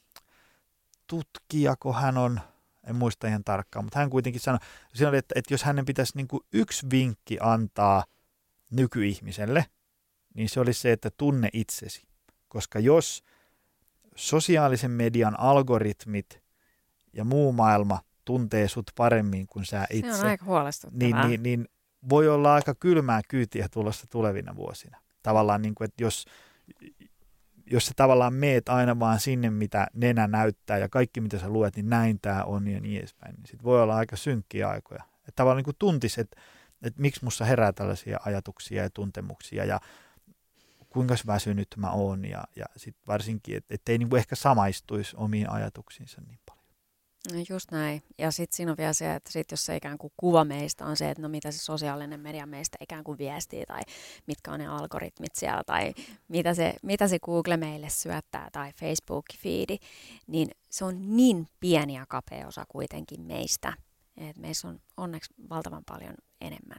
tutkijako hän on, en muista ihan tarkkaan, mutta hän kuitenkin sanoi, että, että jos hänen pitäisi niin kuin yksi vinkki antaa nykyihmiselle, niin se olisi se, että tunne itsesi. Koska jos sosiaalisen median algoritmit ja muu maailma tuntee sut paremmin kuin sä itse, se on aika huolestuttavaa. Niin, niin, niin voi olla aika kylmää kyytiä tulossa tulevina vuosina. Tavallaan niin kuin, että jos... jos sä tavallaan meet aina vaan sinne, mitä nenä näyttää ja kaikki, mitä sä luet, niin näin tää on ja niin edespäin, niin sit voi olla aika synkkiä aikoja. Että tavallaan niin kuin tuntis, että, että miksi musta herää tällaisia ajatuksia ja tuntemuksia. Ja kuinka väsynyt mä oon ja, ja sit varsinkin, että et ei niinku ehkä samaistuisi omiin ajatuksiinsa niin paljon. No just näin. Ja sitten siinä on vielä se, että sit jos se ikään kuin kuva meistä on se, että no mitä se sosiaalinen media meistä ikään kuin viestii tai mitkä on ne algoritmit siellä tai mitä se, mitä se Google meille syöttää tai Facebook-fiidi, niin se on niin pieni ja kapea osa kuitenkin meistä. Et meissä on onneksi valtavan paljon enemmän.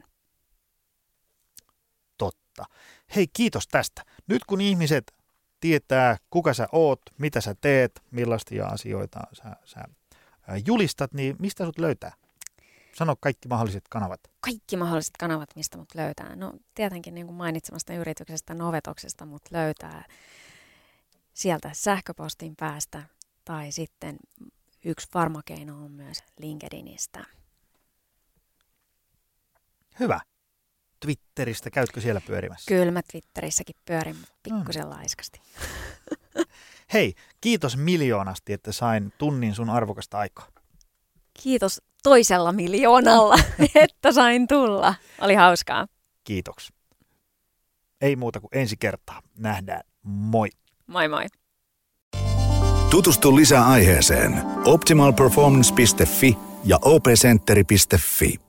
Totta. Hei, kiitos tästä. Nyt kun ihmiset tietää, kuka sä oot, mitä sä teet, millaisia asioita sä, sä julistat, niin mistä sut löytää? Sano kaikki mahdolliset kanavat. Kaikki mahdolliset kanavat, mistä mut löytää. No tietenkin niin kuin mainitsemasta yrityksestä Novetoksesta mut löytää sieltä sähköpostin päästä tai sitten yksi varmakeino on myös LinkedInistä. Hyvä. Twitteristä, käytkö siellä pyörimässä? Kyllä mä Twitterissäkin pyörin, mutta pikkusen laiskasti. Hei, kiitos miljoonasti, että sain tunnin sun arvokasta aikaa. Kiitos toisella miljoonalla, että sain tulla. Oli hauskaa. Kiitos. Ei muuta kuin ensi kertaa. Nähdään. Moi. Moi moi. Tutustu lisää aiheeseen optimal performance piste fi ja o p centeri piste fi.